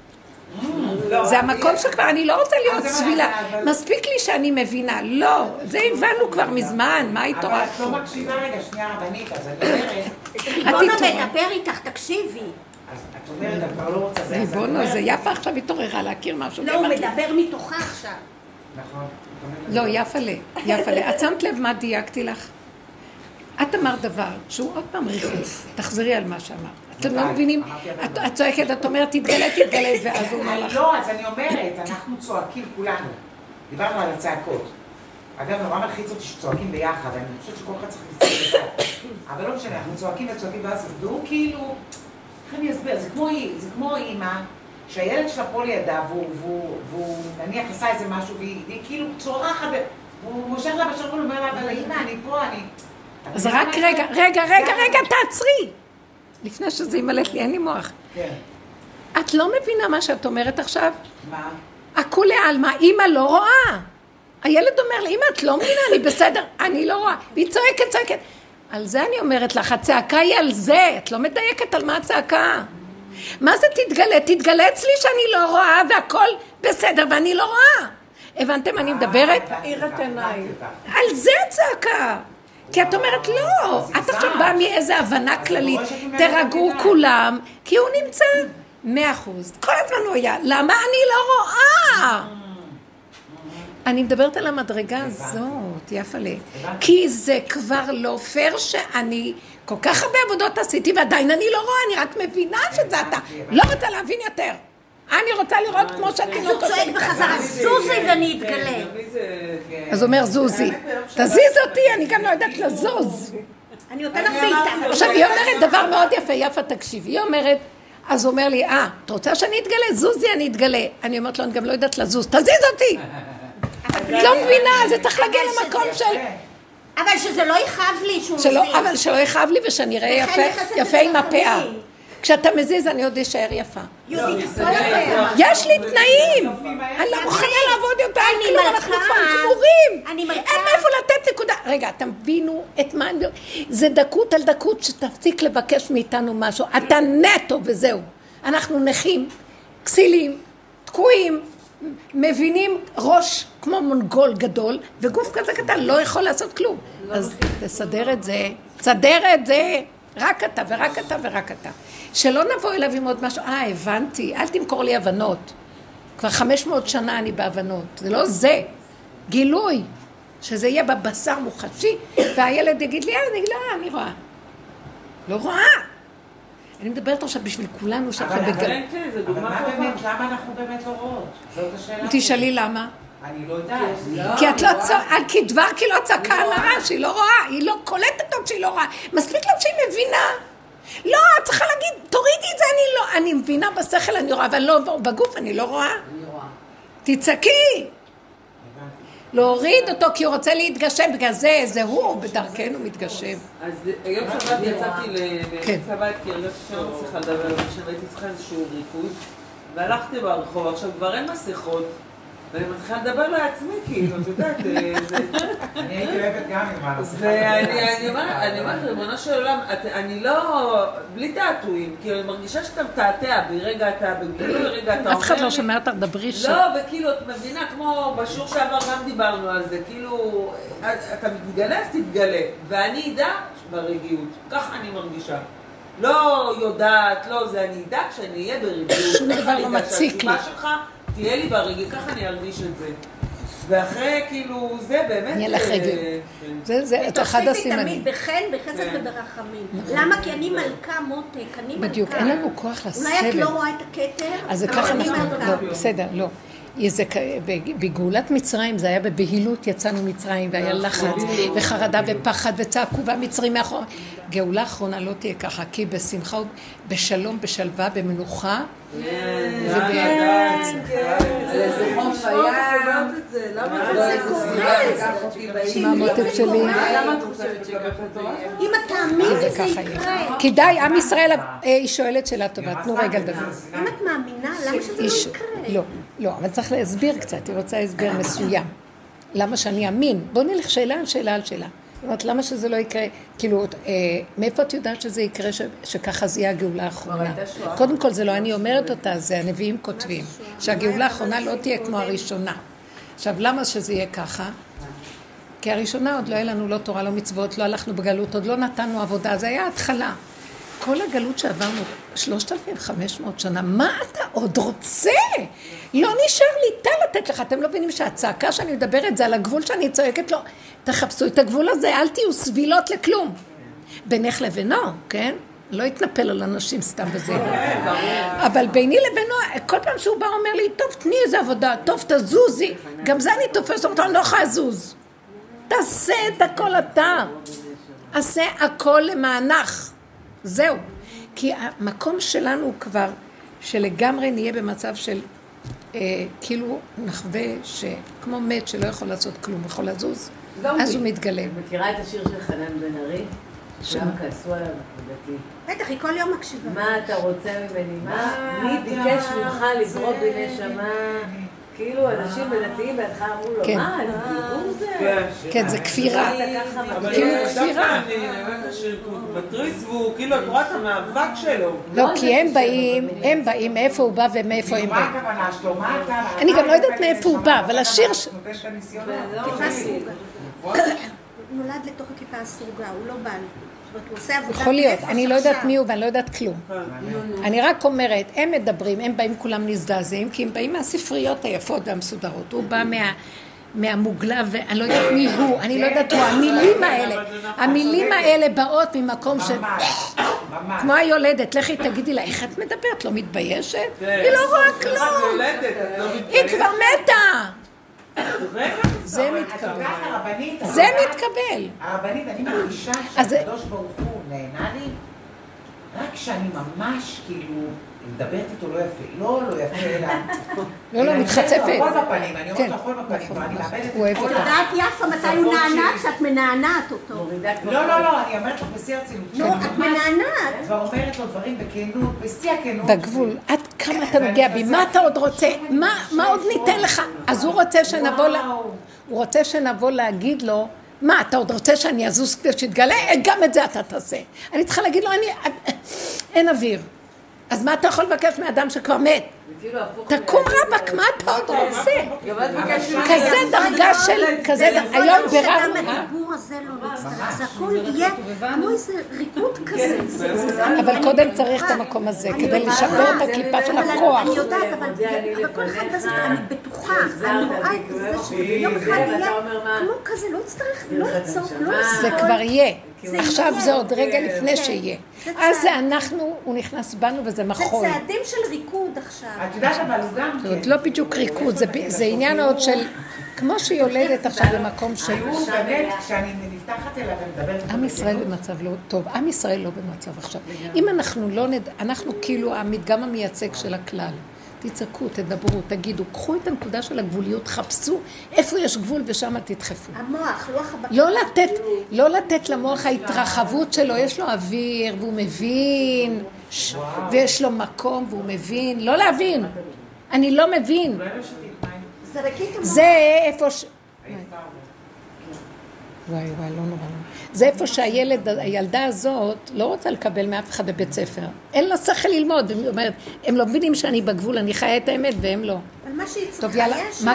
כבר. זה המקום שכבר, אני לא רוצה להיות סבילה. מספיק לי שאני מבינה. לא, זה הבנו כבר מזמן, מה התעוררת? אבל את לא מקשיבה רגע, שנייה רבנית, אז אני אומרת... בוא נדבר איתך, תקשיבי. אז את אומרת, את כבר לא רוצה זה. ריבונו, זה יפה עכשיו התעוררה להכיר משהו. לא, הוא מדבר מתוכה עכשיו. נכון. לא, יפה לי, יפה לי. את שמת לב מה דייקתי לך? את אמרת דבר שהוא עוד פעם ריחוף. תחזרי על מה שאמרת. אתם לא מבינים? את צועקת, את אומרת, תתגלה, תתגלה, ואז הוא אומר לך. לא, אז אני אומרת, אנחנו צועקים כולנו. דיברנו על הצעקות. אגב, נורא מלחיץ אותי שצועקים ביחד, אני חושבת שכל אחד צריך להסתכל לבד. אבל לא משנה, אנחנו צועקים וצועקים ואז, והוא כאילו, איך אני אסביר, זה כמו אימא, שהילד שלה פה לידה, והוא נניח עשה איזה משהו, והיא כאילו צורחת, והוא מושך לה בשרון, אומר לה, אבל אימא, אני פה, אני... אז רק רגע, רגע, רגע, רגע, תעצרי! לפני שזה ימלט לי, אין לי מוח. כן. את לא מבינה מה שאת אומרת עכשיו? מה? הכולי עלמא, אמא לא רואה. הילד אומר לי, אמא, את לא מבינה, אני בסדר, אני לא רואה. והיא צועקת, צועקת. על זה אני אומרת לך, הצעקה היא על זה. את לא מדייקת על מה הצעקה. מה זה תתגלה? תתגלה אצלי שאני לא רואה והכל בסדר ואני לא רואה. הבנתם, אני מדברת? תאיר את עיניים. על זה הצעקה. כי את אומרת, לא, את עכשיו באה מאיזו הבנה כללית, תרגעו כולם, כי הוא נמצא מאה אחוז. כל הזמן הוא היה, למה אני לא רואה? אני מדברת על המדרגה הזאת, יפה לי. כי זה כבר לא פייר שאני כל כך הרבה עבודות עשיתי ועדיין אני לא רואה, אני רק מבינה שזה אתה. לא רוצה להבין יותר. אני רוצה לראות כמו שאני לא... אז הוא צועק בחזרה, זוזי ואני אתגלה. אז הוא אומר, זוזי, תזיז אותי, אני גם לא יודעת לזוז. אני נותן לך בעיטה. עכשיו, היא אומרת דבר מאוד יפה, יפה, תקשיב. היא אומרת, אז הוא אומר לי, אה, את רוצה שאני אתגלה? זוזי, אני אתגלה. אני אומרת לו, אני גם לא יודעת לזוז, תזיז אותי. לא מבינה, זה צריך להגיע למקום של... אבל שזה לא יכאב לי שהוא מזיז. אבל שלא יכאב לי ושאני אראה יפה עם הפאה. כשאתה מזיז אני עוד אשאר יפה. יש לי תנאים. אני לא מוכנה לעבוד יותר. אנחנו כבר כמורים. אין מאיפה לתת נקודה. רגע, אתם מבינו את מה אני... זה דקות על דקות שתפסיק לבקש מאיתנו משהו. אתה נטו וזהו. אנחנו נחים, כסילים, תקועים, מבינים ראש כמו מונגול גדול, וגוף כזה קטן לא יכול לעשות כלום. אז תסדר את זה, תסדר את זה. רק אתה ורק אתה ורק אתה. שלא נבוא אליו עם עוד משהו, אה, הבנתי, אל תמכור לי הבנות. כבר חמש מאות שנה אני בהבנות, זה לא זה. גילוי, שזה יהיה בבשר מוחשי, והילד יגיד לי, אני אגיד, לא, אני רואה. לא רואה. אני מדברת עכשיו בשביל כולנו שאנחנו בגלל. אבל מה באמת, למה אנחנו באמת לא רואות? זאת השאלה. תשאלי למה. אני לא יודעת. כי את לא צועקת, כי דבר כי לא צעקה על הרע, שהיא לא רואה, היא לא קולטת עוד שהיא לא רואה. מספיק לה שהיא מבינה. לא, את צריכה להגיד, תורידי את זה, אני לא, אני מבינה בשכל, אני רואה, אבל לא בגוף, אני לא רואה. אני רואה. תצעקי. להוריד אותו כי הוא רוצה להתגשם, בגלל זה, זה הוא, בדרכנו מתגשם. אז יום שבת יצאתי לאמצע הבית, כי הרגשתי שאני לא צריכה לדבר על זה, שהייתי צריכה איזשהו ריפוי, והלכתי ברחוב, עכשיו כבר אין מסכות, ואני מתחילה לדבר לעצמי, כאילו, את יודעת, זה... אני הייתי אוהבת גם עם המסכה. ואני אומרת, ריבונו של עולם, אני לא... בלי תעתועים, כי אני מרגישה שאתה מתעתע, ברגע אתה בגילוי, רגע אתה אומר... אף אחד לא שומע אותך, דברי שם. לא, וכאילו, את מבינה, כמו בשיעור שעבר גם דיברנו על זה, כאילו, אתה מתגלה, אז תתגלה, ואני אדע ברגיעות, ככה אני מרגישה. לא יודעת, לא זה, אני אדע כשאני אהיה ברגיעות. שום דבר לא מציק לי. תהיה לי ברגע, ככה אני ארגיש את זה. ואחרי, כאילו, זה באמת... נהיה לך רגל. זה, זה, את אחד הסימנים. תמיד בחן, בחסד וברחמים. למה? כי אני מלכה מותק, אני מלכה. בדיוק, אין לנו כוח לסבל. אולי את לא רואה את הכתר, אז זה ככה אנחנו... לא, בסדר, לא. בגאולת מצרים זה היה בבהילות, יצאנו מצרים והיה לחץ וחרדה ופחד וצעקו והמצרים מאחור. גאולה האחרונה לא תהיה ככה, כי בשמחה, בשלום, בשלווה, במנוחה איזה חוף היה... מה המוטב שלי? אם את תאמין זה יקרה. כדאי, עם ישראל, היא שואלת שאלה טובה, תנו רגע לדבר. אם את מאמינה, למה שזה לא יקרה? לא, לא, אבל צריך להסביר קצת, היא רוצה הסבר מסוים. למה שאני אמין? בוא נלך שאלה על שאלה על שאלה. זאת אומרת, למה שזה לא יקרה? כאילו, מאיפה את יודעת שזה יקרה שככה זה יהיה הגאולה האחרונה? קודם כל, זה לא אני אומרת אותה, זה הנביאים כותבים. שהגאולה האחרונה לא תהיה כמו הראשונה. עכשיו, למה שזה יהיה ככה? כי הראשונה עוד לא היה לנו לא תורה, לא מצוות, לא הלכנו בגלות, עוד לא נתנו עבודה, זה היה התחלה. כל הגלות שעברנו שלושת אלפים וחמש מאות שנה, מה אתה עוד רוצה? לא נשאר לי תל לתת לך, אתם לא מבינים שהצעקה שאני מדברת זה על הגבול שאני צועקת לו, תחפשו את הגבול הזה, אל תהיו סבילות לכלום. בינך לבינו, כן? לא יתנפל על אנשים סתם בזה. אבל ביני לבינו, כל פעם שהוא בא אומר לי, טוב, תני איזה עבודה, טוב, תזוזי. גם זה אני תופס אותו, אני לא יכולה לזוז. תעשה את הכל אתה. עשה הכל למענך. זהו. כי המקום שלנו הוא כבר, שלגמרי נהיה במצב של, אה, כאילו נחווה שכמו מת שלא יכול לעשות כלום, יכול לזוז, אז הוא מתגלה. מכירה את השיר של חנן בן ארי? גם כעסו עליו, לדעתי. בטח, היא כל יום מקשיבה. מה אתה רוצה ממני? מה? מי ביקש ממך לברוא בנשמה? כאילו, אנשים בדתיים בהתחלה אמרו לו, מה? זה דיבור זה? כן, זה כפירה. אבל דווקא אני נראית שמטריס והוא כאילו את רואה את המאבק שלו. לא, כי הם באים, הם באים, מאיפה הוא בא ומאיפה הם מה באים. הכוונה שלו? מה הכוונה? אני גם לא יודעת מאיפה הוא בא, אבל השיר... כיפה סרוגה. הוא נולד לתוך הכיפה הסרוגה, הוא לא בא. הוא עושה עבודת נפש. יכול להיות, אני לא יודעת מי הוא ואני לא יודעת כלום. אני רק אומרת, הם מדברים, הם באים כולם נזדעזעים, כי הם באים מהספריות היפות והמסודרות. הוא בא מהמוגלה ואני לא יודעת מי הוא, אני לא יודעת הוא, המילים האלה. המילים האלה באות ממקום של... כמו היולדת, לכי תגידי לה, איך את מדברת? לא מתביישת? היא לא רואה כלום. היא כבר מתה. זה מתקבל. זה מתקבל. הרבנית, אני מרגישה שהקדוש ברוך הוא נהנה לי רק כשאני ממש כאילו מדברת איתו לא יפה. לא, לא יפה, אלא... לא, לא, מתחצפת. אני אומרת לו הכל בפנים, אני אומרת לו הכל בפנים, ואני מאבדת את הוא אוהב אותך. לדעת יפה מתי הוא נענה כשאת מנענעת אותו. לא, לא, לא, אני אומרת לו בשיא הרצינות. נו, את מנענעת. כבר אומרת לו דברים בכנות, בשיא הכנות. בגבול, עד כמה אתה נוגע בי, מה אתה עוד רוצה? מה עוד ניתן לך? אז הוא רוצה שנבוא, הוא רוצה שנבוא להגיד לו, מה, אתה עוד רוצה שאני אזוז כדי שתגלה? גם את זה אתה תעשה. אני צריכה להגיד לו, אין אוויר. אז מה אתה יכול לבקש מאדם שכבר מת? תקום רבק, מה אתה עוד רוצה? כזה דרגה של, כזה דרגה, היום ביררנו. גם הדיבור הזה לא נצטרך, זה הכל יהיה כמו איזה ריקוד כזה. אבל קודם צריך את המקום הזה, כדי לשבר את הקליפה של הכוח. אני יודעת, אבל כל אחד בזה, אני בטוחה, אני רואה את זה שיום אחד יהיה כמו כזה, לא יצטרך, לא לצעוק, לא לצעוק. זה כבר יהיה. עכשיו זה עוד רגע לפני שיהיה. אז זה אנחנו, הוא נכנס בנו וזה מחול. זה צעדים של ריקוד עכשיו. את יודעת אבל הוא גם... זה עוד לא בדיוק ריקוד, זה עניין עוד של... כמו שהיא יולדת עכשיו במקום של... הוא באמת, כשאני נפתחת אליו ומדברת... עם ישראל במצב לא טוב, עם ישראל לא במצב עכשיו. אם אנחנו לא נדע, אנחנו כאילו המדגם המייצג של הכלל. תצעקו, תדברו, תגידו, קחו את הנקודה של הגבוליות, חפשו איפה יש גבול ושם תדחפו. המוח, לוח הבקר. לא לתת, לא לתת למוח ההתרחבות שלו, יש לו אוויר והוא מבין, ויש לו מקום והוא מבין, לא להבין, אני לא מבין. זה איפה ש... וואי וואי, לא נורא לא. זה איפה שהילד, הילדה הזאת לא רוצה לקבל מאף אחד בבית ספר. אין לה שכל ללמוד, היא אומרת, הם לא מבינים שאני בגבול, אני חיה את האמת והם לא. אבל מה שהיא טוב, יאללה, מה